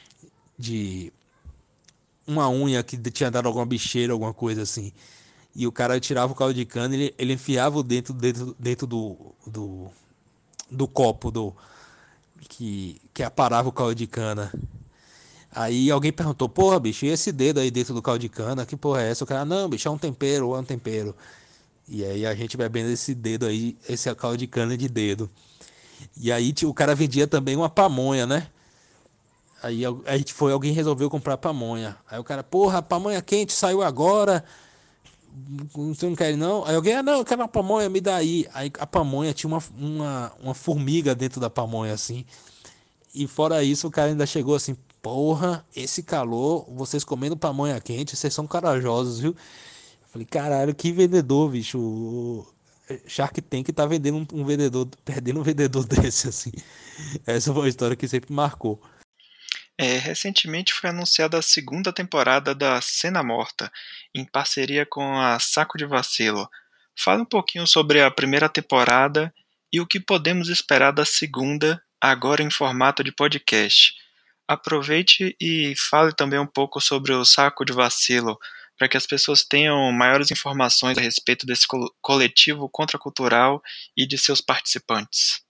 de uma unha que tinha dado alguma bicheira, alguma coisa assim. E o cara tirava o caldo de cana, ele, ele enfiava o dentro, dentro, dentro do, do, do copo do que, que aparava o caldo de cana. Aí alguém perguntou, porra, bicho, e esse dedo aí dentro do caldo de cana? Que porra é essa? O cara, não, bicho, é um tempero, é um tempero. E aí a gente bebendo esse dedo aí, esse caldo de cana de dedo. E aí o cara vendia também uma pamonha, né? Aí a gente foi, alguém resolveu comprar pamonha. Aí o cara, porra, a pamonha quente saiu agora. Você não quer não? Aí alguém, ah, não, eu quero uma pamonha, me dá aí. Aí a pamonha tinha uma, uma, uma formiga dentro da pamonha, assim. E fora isso, o cara ainda chegou assim, porra, esse calor, vocês comendo pamonha quente, vocês são corajosos, viu? Eu falei, caralho, que vendedor, bicho. O Shark Tank tá vendendo um, um vendedor, perdendo um vendedor desse, assim. Essa foi uma história que sempre marcou. É, recentemente foi anunciada a segunda temporada da Cena Morta, em parceria com a Saco de Vacilo. Fala um pouquinho sobre a primeira temporada e o que podemos esperar da segunda, agora em formato de podcast. Aproveite e fale também um pouco sobre o Saco de Vacilo, para que as pessoas tenham maiores informações a respeito desse coletivo contracultural e de seus participantes.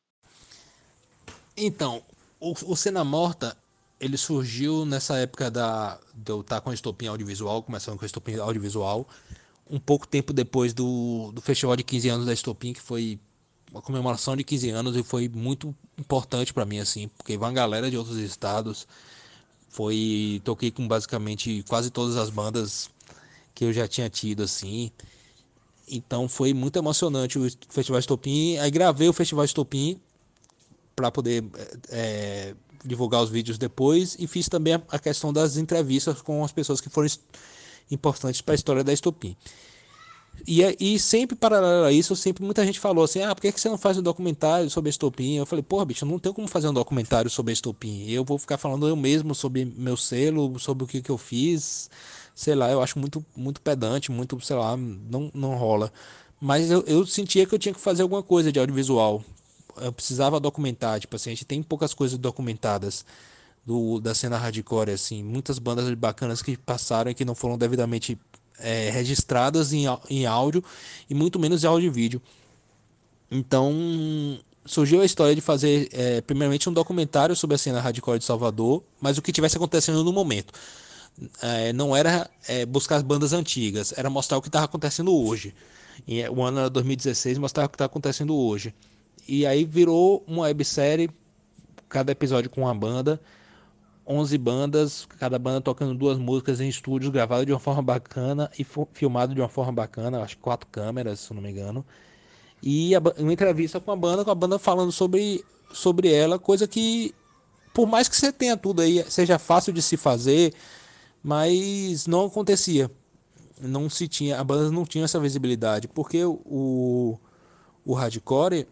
Então, o, o Cena Morta, ele surgiu nessa época da, de eu estar com a Estopim Audiovisual, começando com a Estopim Audiovisual, um pouco tempo depois do, do festival de quinze anos da Estopim, que foi uma comemoração de quinze anos e foi muito importante para mim, assim, porque vai uma galera de outros estados. Foi, toquei com basicamente quase todas as bandas que eu já tinha tido, assim. Então foi muito emocionante o Festival Estopim. Aí gravei o Festival Estopim para poder é, divulgar os vídeos depois e fiz também a questão das entrevistas com as pessoas que foram importantes para a história da Estopim. E, e sempre paralelo a isso, sempre muita gente falou assim, ah, por que você não faz um documentário sobre a Estopim? Eu falei, porra, bicho, eu não tenho como fazer um documentário sobre a Estopim. Eu vou ficar falando eu mesmo sobre meu selo, sobre o que, que eu fiz, sei lá, eu acho muito, muito pedante, muito, sei lá, não, não rola. Mas eu, eu sentia que eu tinha que fazer alguma coisa de audiovisual. Eu precisava documentar, tipo assim, a gente tem poucas coisas documentadas do, da cena hardcore, assim, muitas bandas bacanas que passaram e que não foram devidamente é, registradas em, em áudio e muito menos em áudio e vídeo. Então surgiu a história de fazer, é, primeiramente, um documentário sobre a cena hardcore de Salvador, mas o que tivesse acontecendo no momento. É, não era é, buscar as bandas antigas, era mostrar o que estava acontecendo hoje. E, é, o ano era dois mil e dezesseis, mostrar o que está acontecendo hoje. E aí virou uma websérie, cada episódio com uma banda, onze bandas, cada banda tocando duas músicas em estúdios, gravado de uma forma bacana e filmado de uma forma bacana, acho que quatro câmeras, se não me engano. E a, uma entrevista com a banda, com a banda falando sobre, sobre ela, coisa que, por mais que você tenha tudo aí, seja fácil de se fazer, mas não acontecia. Não se tinha, a banda não tinha essa visibilidade, porque o, o hardcore,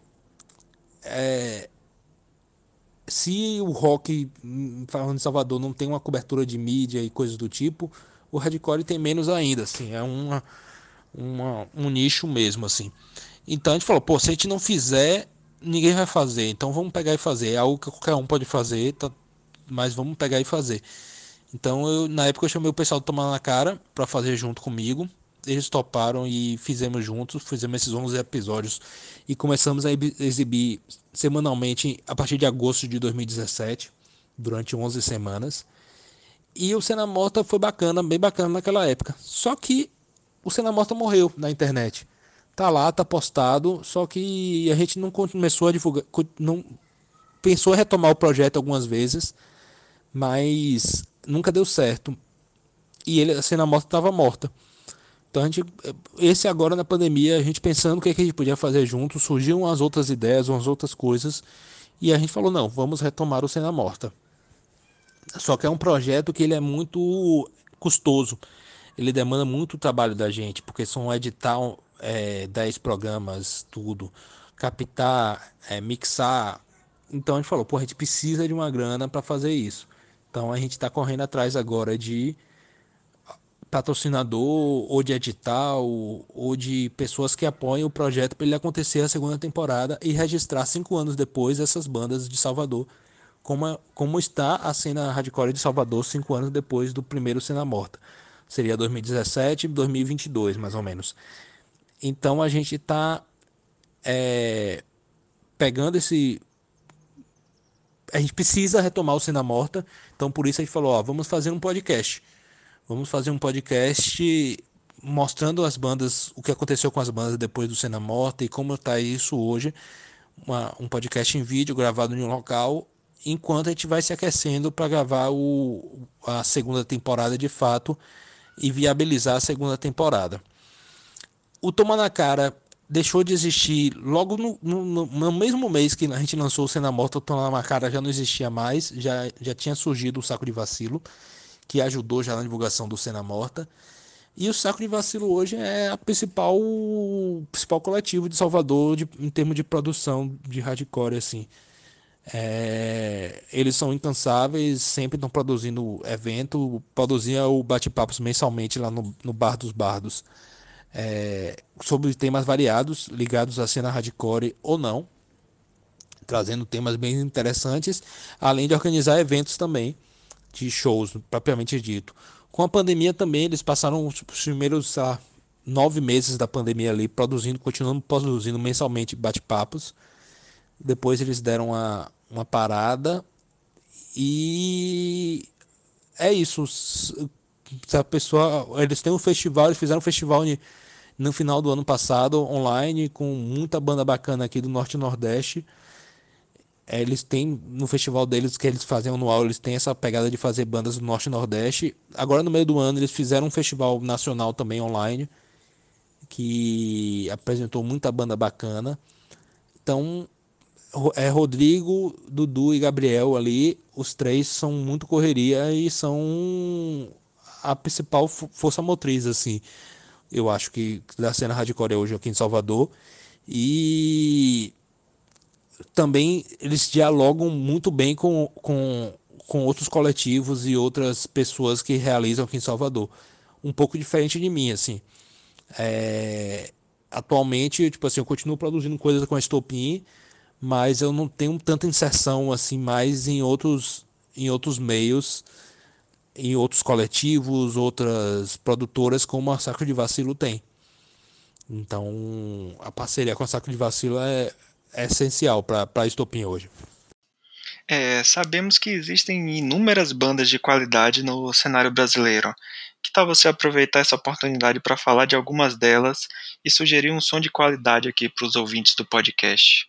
se o rock, falando de Salvador, não tem uma cobertura de mídia e coisas do tipo, o hardcore tem menos ainda, assim, é uma, uma, um nicho mesmo, assim. Então a gente falou, pô, se a gente não fizer, ninguém vai fazer, então vamos pegar e fazer. É algo que qualquer um pode fazer, tá, mas vamos pegar e fazer. Então eu, na época eu chamei o pessoal do Tomar na Cara para fazer junto comigo. Eles toparam e fizemos juntos, fizemos esses onze episódios e começamos a exibir semanalmente a partir de agosto de dois mil e dezessete, durante onze semanas. E o Cena Morta foi bacana, bem bacana naquela época. Só que o Cena Morta morreu na internet. Tá lá, tá postado, só que a gente não começou a divulgar, não pensou em retomar o projeto algumas vezes, mas nunca deu certo. E ele, a Cena Morta estava morta. Então a gente, esse agora na pandemia, a gente pensando o que, é que a gente podia fazer junto, surgiram umas outras ideias, umas outras coisas, e a gente falou, não, vamos retomar o Cena Morta. Só que é um projeto que ele é muito custoso, ele demanda muito trabalho da gente, porque são editar é, dez programas, tudo, captar, é, mixar. Então a gente falou, pô, a gente precisa de uma grana para fazer isso. Então a gente está correndo atrás agora de patrocinador, ou de edital, ou de pessoas que apoiem o projeto para ele acontecer a segunda temporada e registrar cinco anos depois essas bandas de Salvador, como, como está a cena hardcore de Salvador cinco anos depois do primeiro Cena Morta. Seria dois mil e dezessete, dois mil e vinte e dois, mais ou menos. Então a gente está é, pegando esse. A gente precisa retomar o Cena Morta, então por isso a gente falou: ó, vamos fazer um podcast. Vamos fazer um podcast mostrando as bandas, o que aconteceu com as bandas depois do Cena Morta e como está isso hoje. Uma, um podcast em vídeo gravado em um local, enquanto a gente vai se aquecendo para gravar o, a segunda temporada de fato e viabilizar a segunda temporada. O Toma na Cara deixou de existir logo no, no, no mesmo mês que a gente lançou o Cena Morta. O Toma na Cara já não existia mais, já, já tinha surgido o Saco de Vacilo, que ajudou já na divulgação do Cena Morta. E o Saco de Vacilo hoje é a principal, o principal coletivo de Salvador de, em termos de produção de hardcore, assim. É, eles são incansáveis, sempre estão produzindo evento, produzia o Bate-Papos mensalmente lá no, no Bar dos Bardos, é, sobre temas variados, ligados à cena hardcore ou não, trazendo temas bem interessantes, além de organizar eventos também, de shows, propriamente dito. Com a pandemia também, eles passaram os primeiros sei lá, nove meses da pandemia ali, produzindo, continuando produzindo mensalmente bate-papos. Depois eles deram uma, uma parada e é isso. Se a pessoa, eles têm um festival, eles fizeram um festival no final do ano passado online com muita banda bacana aqui do Norte e Nordeste. É, eles têm no festival deles que eles fazem anual, eles têm essa pegada de fazer bandas do Norte e Nordeste. Agora no meio do ano eles fizeram um festival nacional também online que apresentou muita banda bacana. Então é Rodrigo, Dudu e Gabriel ali, os três são muito correria e são a principal força motriz, assim, eu acho que da cena hardcore hoje aqui em Salvador. E também eles dialogam muito bem com, com, com outros coletivos e outras pessoas que realizam aqui em Salvador. Um pouco diferente de mim, assim. É, atualmente, tipo assim, eu continuo produzindo coisas com a Estopim, mas eu não tenho tanta inserção assim mais em outros em outros meios, em outros coletivos, outras produtoras como a Saco de Vacilo tem. Então, a parceria com a Saco de Vacilo é, é essencial para a Estopim hoje. É, sabemos que existem inúmeras bandas de qualidade no cenário brasileiro. Que tal você aproveitar essa oportunidade para falar de algumas delas e sugerir um som de qualidade aqui para os ouvintes do podcast?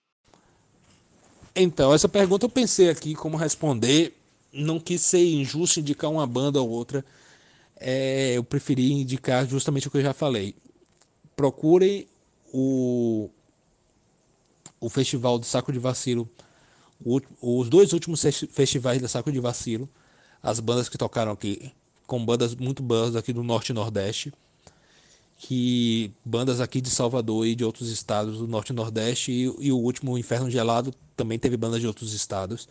Então, essa pergunta eu pensei aqui como responder. Não quis ser injusto indicar uma banda ou outra. É, eu preferi indicar justamente o que eu já falei. Procurem o, o Festival do Saco de Vacilo, o, os dois últimos festivais da Saco de Vacilo, as bandas que tocaram aqui, com bandas muito boas aqui do Norte e Nordeste, que bandas aqui de Salvador e de outros estados do Norte e Nordeste, e, e o último, o Inferno Gelado, também teve bandas de outros estados.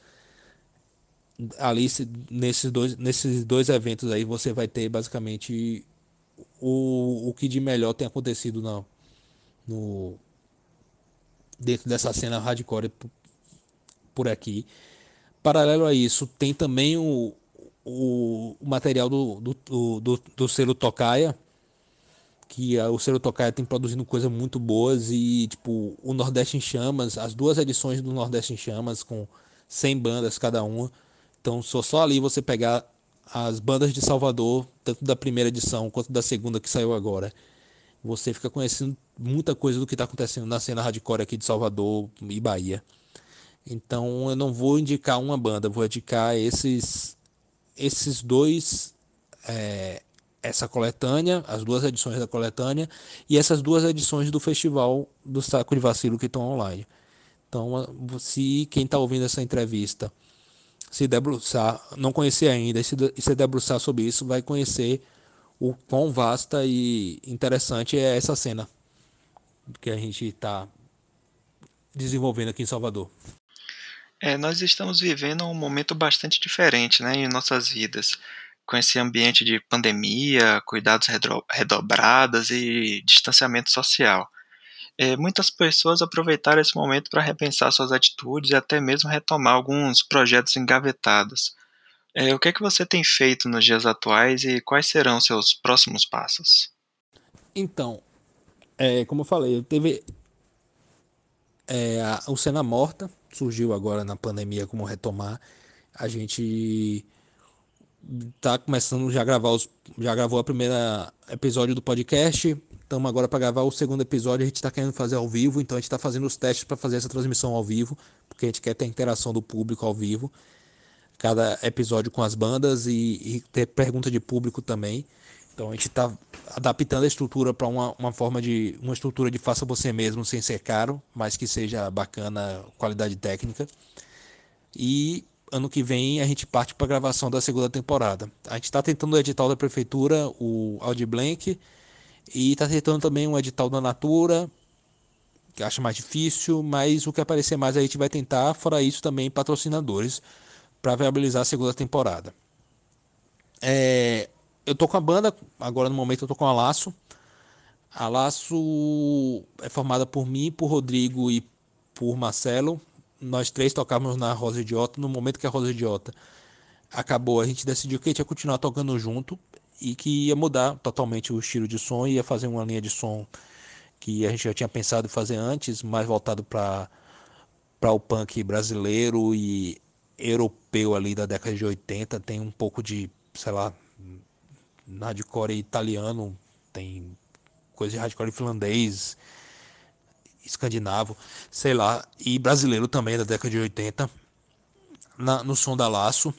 Ali, nesses dois, nesses dois eventos aí, você vai ter basicamente o, o que de melhor tem acontecido na, no, dentro dessa cena hardcore por aqui. Paralelo a isso, tem também o, o, o material do, do, do, do selo Tocaia, que a, o selo Tocaia tem produzindo coisas muito boas e tipo o Nordeste em Chamas, as duas edições do Nordeste em Chamas com cem bandas cada uma. Então só, só ali você pegar as bandas de Salvador, tanto da primeira edição quanto da segunda que saiu agora. Você fica conhecendo muita coisa do que está acontecendo na cena hardcore aqui de Salvador e Bahia. Então eu não vou indicar uma banda, vou indicar esses, esses dois, é, essa coletânea, as duas edições da coletânea e essas duas edições do festival do Saco de Vacilo que estão online. Então, se quem está ouvindo essa entrevista se debruçar, não conhecer ainda, e se, se debruçar sobre isso, vai conhecer o quão vasta e interessante é essa cena que a gente está desenvolvendo aqui em Salvador. É, nós estamos vivendo um momento bastante diferente, né, em nossas vidas, com esse ambiente de pandemia, cuidados redobrados e distanciamento social. É, muitas pessoas aproveitaram esse momento para repensar suas atitudes e até mesmo retomar alguns projetos engavetados. É, o que é que você tem feito nos dias atuais e quais serão seus próximos passos? Então, é, como eu falei, teve é, a, o Cena Morta, surgiu agora na pandemia como retomar. A gente tá começando já a gravar os, já gravou a primeira episódio do podcast. Estamos agora para gravar o segundo episódio. A gente está querendo fazer ao vivo, então a gente está fazendo os testes para fazer essa transmissão ao vivo, porque a gente quer ter a interação do público ao vivo, cada episódio com as bandas e, e ter pergunta de público também. Então a gente está adaptando a estrutura para uma, uma forma de uma estrutura de faça você mesmo sem ser caro, mas que seja bacana, qualidade técnica. E ano que vem a gente parte para a gravação da segunda temporada. A gente está tentando o edital da prefeitura, o Audiblank, e está tentando também um edital da Natura, que acho mais difícil, mas o que aparecer mais a gente vai tentar. Fora isso também patrocinadores para viabilizar a segunda temporada. É, eu tô com a banda, agora no momento eu tô com a Laço. A Laço é formada por mim, por Rodrigo e por Marcelo. Nós três tocávamos na Rosa Idiota. No momento que a Rosa Idiota acabou, a gente decidiu que a gente ia continuar tocando junto e que ia mudar totalmente o estilo de som, ia fazer uma linha de som que a gente já tinha pensado em fazer antes, mais voltado para para o punk brasileiro e europeu ali da década de oitenta. Tem um pouco de, sei lá, hardcore italiano, tem coisa de hardcore finlandês, escandinavo, sei lá, e brasileiro também da década de oitenta, na, no som da Laço.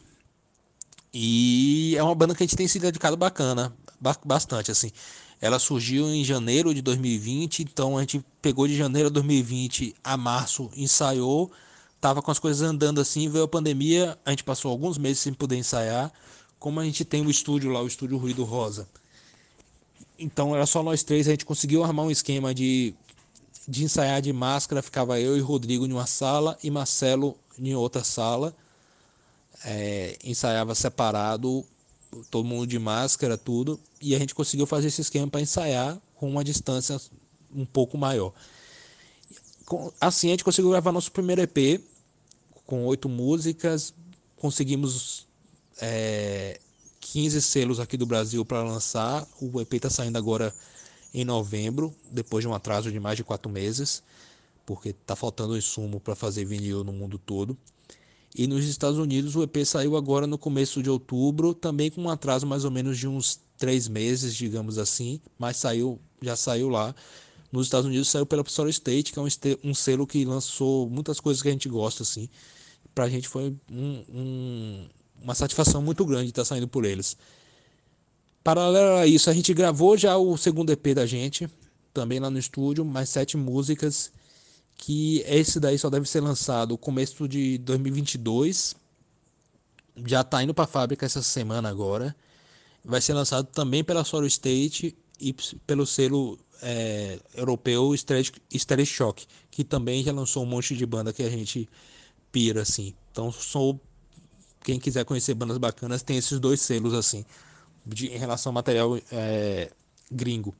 E é uma banda que a gente tem se dedicado bacana, bastante assim. Ela surgiu em janeiro de dois mil e vinte, então a gente pegou de janeiro de dois mil e vinte a março, ensaiou, tava com as coisas andando assim, veio a pandemia, a gente passou alguns meses sem poder ensaiar. Como a gente tem o estúdio lá, o estúdio Ruído Rosa, então era só nós três, a gente conseguiu armar um esquema de, de ensaiar de máscara, ficava eu e Rodrigo em uma sala e Marcelo em outra sala. É, ensaiava separado, todo mundo de máscara, tudo, e a gente conseguiu fazer esse esquema para ensaiar com uma distância um pouco maior. Assim a gente conseguiu gravar nosso primeiro E P com oito músicas, conseguimos é, quinze selos aqui do Brasil para lançar. O E P está saindo agora em novembro, depois de um atraso de mais de quatro meses, porque tá faltando insumo para fazer vinil no mundo todo. E nos Estados Unidos o E P saiu agora no começo de outubro, também com um atraso mais ou menos de uns três meses, digamos assim, mas saiu, já saiu lá. Nos Estados Unidos saiu pela Solar State, que é um, um selo que lançou muitas coisas que a gente gosta, assim. Pra gente foi um, um, uma satisfação muito grande estar saindo por eles. Paralelo a isso, a gente gravou já o segundo E P da gente, também lá no estúdio, mais sete músicas, que esse daí só deve ser lançado no começo de dois mil e vinte e dois. Já está indo para a fábrica essa semana agora. Vai ser lançado também pela Solar State e pelo selo é, europeu Stereo Shock, que também já lançou um monte de banda que a gente pira, assim. Então, sou, quem quiser conhecer bandas bacanas, tem esses dois selos, assim, de, em relação ao material é, gringo.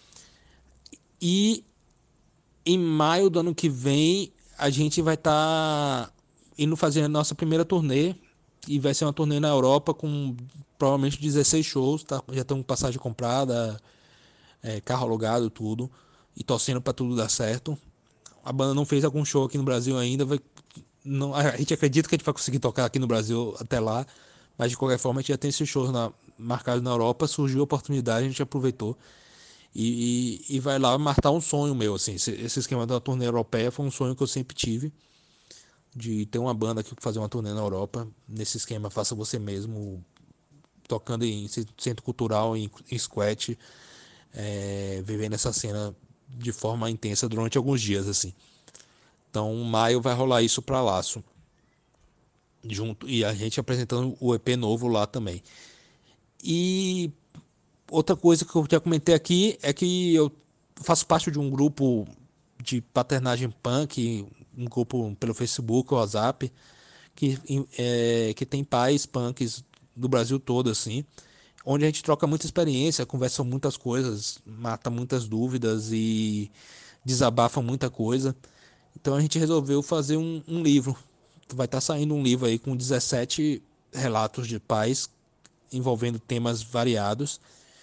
E em maio do ano que vem, a gente vai estar tá indo fazer a nossa primeira turnê. E vai ser uma turnê na Europa com provavelmente dezesseis shows. Tá? Já estamos com passagem comprada, é, carro alugado, tudo. E torcendo para tudo dar certo. A banda não fez algum show aqui no Brasil ainda. Vai, não, a gente acredita que a gente vai conseguir tocar aqui no Brasil até lá. Mas de qualquer forma, a gente já tem esses shows na, marcados na Europa. Surgiu a oportunidade, a gente aproveitou. E, e, e vai lá matar um sonho meu, assim. Esse, esse esquema da turnê europeia foi um sonho que eu sempre tive. De ter uma banda que fazer uma turnê na Europa. Nesse esquema, faça você mesmo. Tocando em centro cultural, em, em squat. É, vivendo essa cena de forma intensa durante alguns dias, assim. Então, maio vai rolar isso pra Laço. Junto, e a gente apresentando o E P novo lá também. E outra coisa que eu já comentei aqui é que eu faço parte de um grupo de paternagem punk, um grupo pelo Facebook, o WhatsApp, que, é, que tem pais punks do Brasil todo, assim, onde a gente troca muita experiência, conversa muitas coisas, mata muitas dúvidas e desabafa muita coisa. Então a gente resolveu fazer um, um livro. Vai estar saindo um livro aí com dezessete relatos de pais envolvendo temas variados.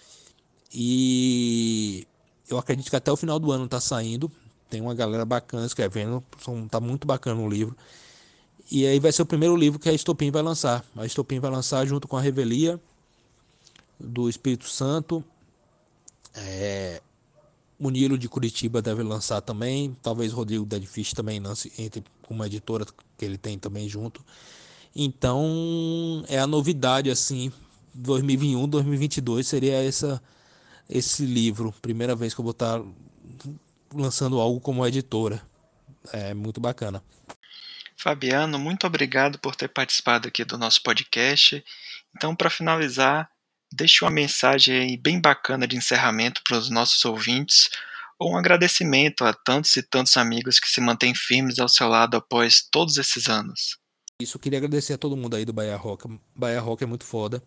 E eu acredito que até o final do ano tá saindo. Tem uma galera bacana escrevendo. Tá muito bacana o livro. E aí vai ser o primeiro livro que a Estopim vai lançar. A Estopim vai lançar junto com a Revelia do Espírito Santo. É, o Nilo de Curitiba deve lançar também. Talvez o Rodrigo Dead Fish também lance entre uma editora que ele tem também junto. Então é a novidade assim. dois mil e vinte e um, dois mil e vinte e dois seria essa, esse livro. Primeira vez que eu vou estar lançando algo como editora. É muito bacana. Fabiano, muito obrigado por ter participado aqui do nosso podcast. Então, para finalizar, deixe uma mensagem aí bem bacana de encerramento para os nossos ouvintes, ou um agradecimento a tantos e tantos amigos que se mantêm firmes ao seu lado após todos esses anos. Isso, eu queria agradecer a todo mundo aí do Bahia Rock. Bahia Rock é muito foda.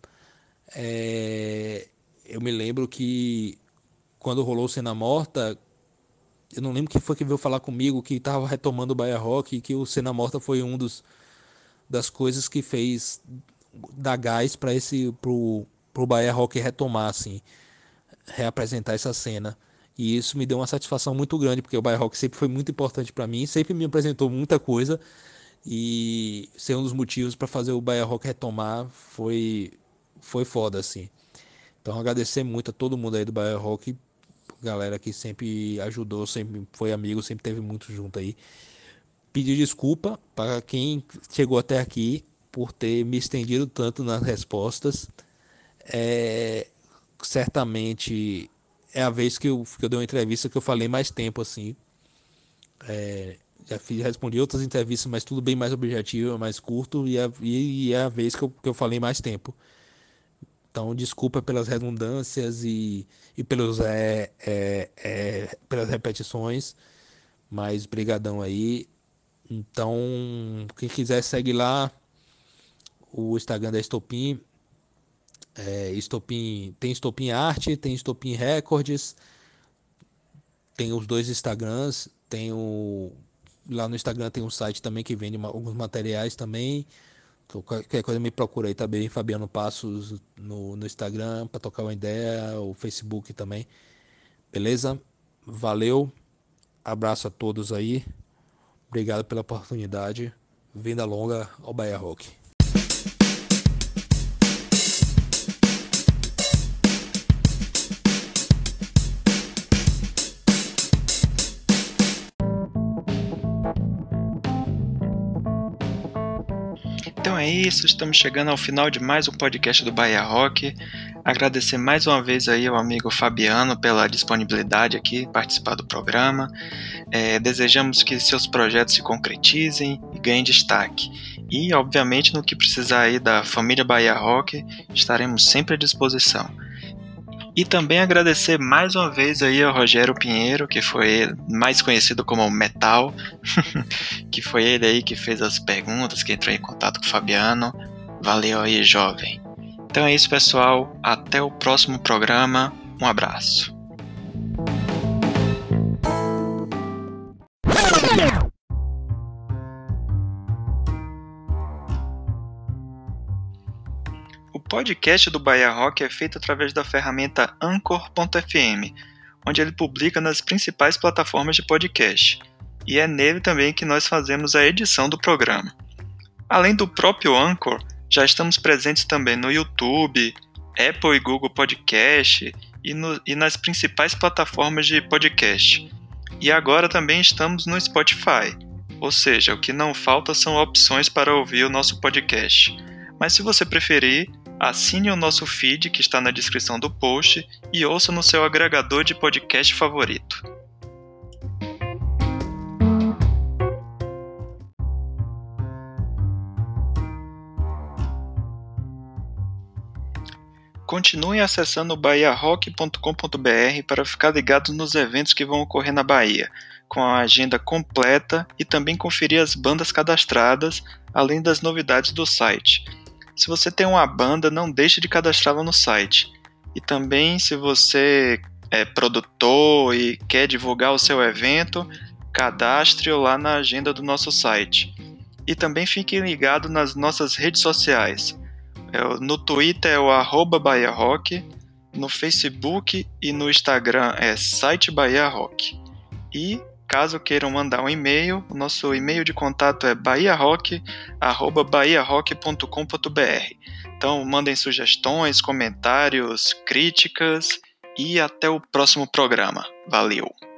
É... Eu me lembro que quando rolou o Cena Morta, eu não lembro quem foi que veio falar comigo que tava retomando o Bahia Rock e que o Cena Morta foi um dos das coisas que fez dar gás para esse pro pro Bahia Rock retomar assim, reapresentar essa cena. E isso me deu uma satisfação muito grande, porque o Bahia Rock sempre foi muito importante para mim, sempre me apresentou muita coisa e ser um dos motivos para fazer o Bahia Rock retomar foi foi foda assim. Então agradecer muito a todo mundo aí do Bahia Rock, galera que sempre ajudou, sempre foi amigo, sempre teve muito junto aí. Pedir desculpa para quem chegou até aqui por ter me estendido tanto nas respostas. É, certamente é a vez que eu, que eu dei uma entrevista que eu falei mais tempo assim. É, já fiz, respondi outras entrevistas, mas tudo bem mais objetivo, mais curto, e é, e é a vez que eu, que eu falei mais tempo. Então, desculpa pelas redundâncias e, e pelos, é, é, é, pelas repetições, mas brigadão aí. Então, quem quiser segue lá o Instagram da Estopim. É, Estopim tem Estopim Arte, tem Estopim Records, tem os dois Instagrams, tem o lá no Instagram tem um site também que vende alguns materiais também. Então, qualquer coisa me procura aí também, Fabiano Passos no, no Instagram para tocar uma ideia, o Facebook também. Beleza? Valeu. Abraço a todos aí. Obrigado pela oportunidade. Vida longa ao Bahia Rock. Então é isso, estamos chegando ao final de mais um podcast do Bahia Rock. Agradecer mais uma vez aí ao amigo Fabiano pela disponibilidade aqui, participar do programa. É, desejamos que seus projetos se concretizem e ganhem destaque. E, obviamente, no que precisar aí da família Bahia Rock, estaremos sempre à disposição. E também agradecer mais uma vez aí ao Rogério Pinheiro, que foi mais conhecido como Metal, que foi ele aí que fez as perguntas, que entrou em contato com o Fabiano. Valeu aí, jovem. Então é isso, pessoal. Até o próximo programa. Um abraço. O podcast do Bahia Rock é feito através da ferramenta Anchor ponto F M, onde ele publica nas principais plataformas de podcast, e é nele também que nós fazemos a edição do programa. Além do próprio Anchor, já estamos presentes também no YouTube, Apple e Google Podcast e, no, e nas principais plataformas de podcast. E agora também estamos no Spotify, ou seja, o que não falta são opções para ouvir o nosso podcast. Mas se você preferir, assine o nosso feed que está na descrição do post e ouça no seu agregador de podcast favorito. Continue acessando bahia rock ponto com ponto b r para ficar ligado nos eventos que vão ocorrer na Bahia, com a agenda completa e também conferir as bandas cadastradas, além das novidades do site. Se você tem uma banda, não deixe de cadastrá-la no site. E também, se você é produtor e quer divulgar o seu evento, cadastre-o lá na agenda do nosso site. E também fique ligado nas nossas redes sociais. No Twitter é o arroba Bahia Rock, no Facebook e no Instagram é site Bahia Rock. E caso queiram mandar um e-mail, o nosso e-mail de contato é bahia rock arroba bahia rock ponto com ponto b r. Então mandem sugestões, comentários, críticas e até o próximo programa. Valeu!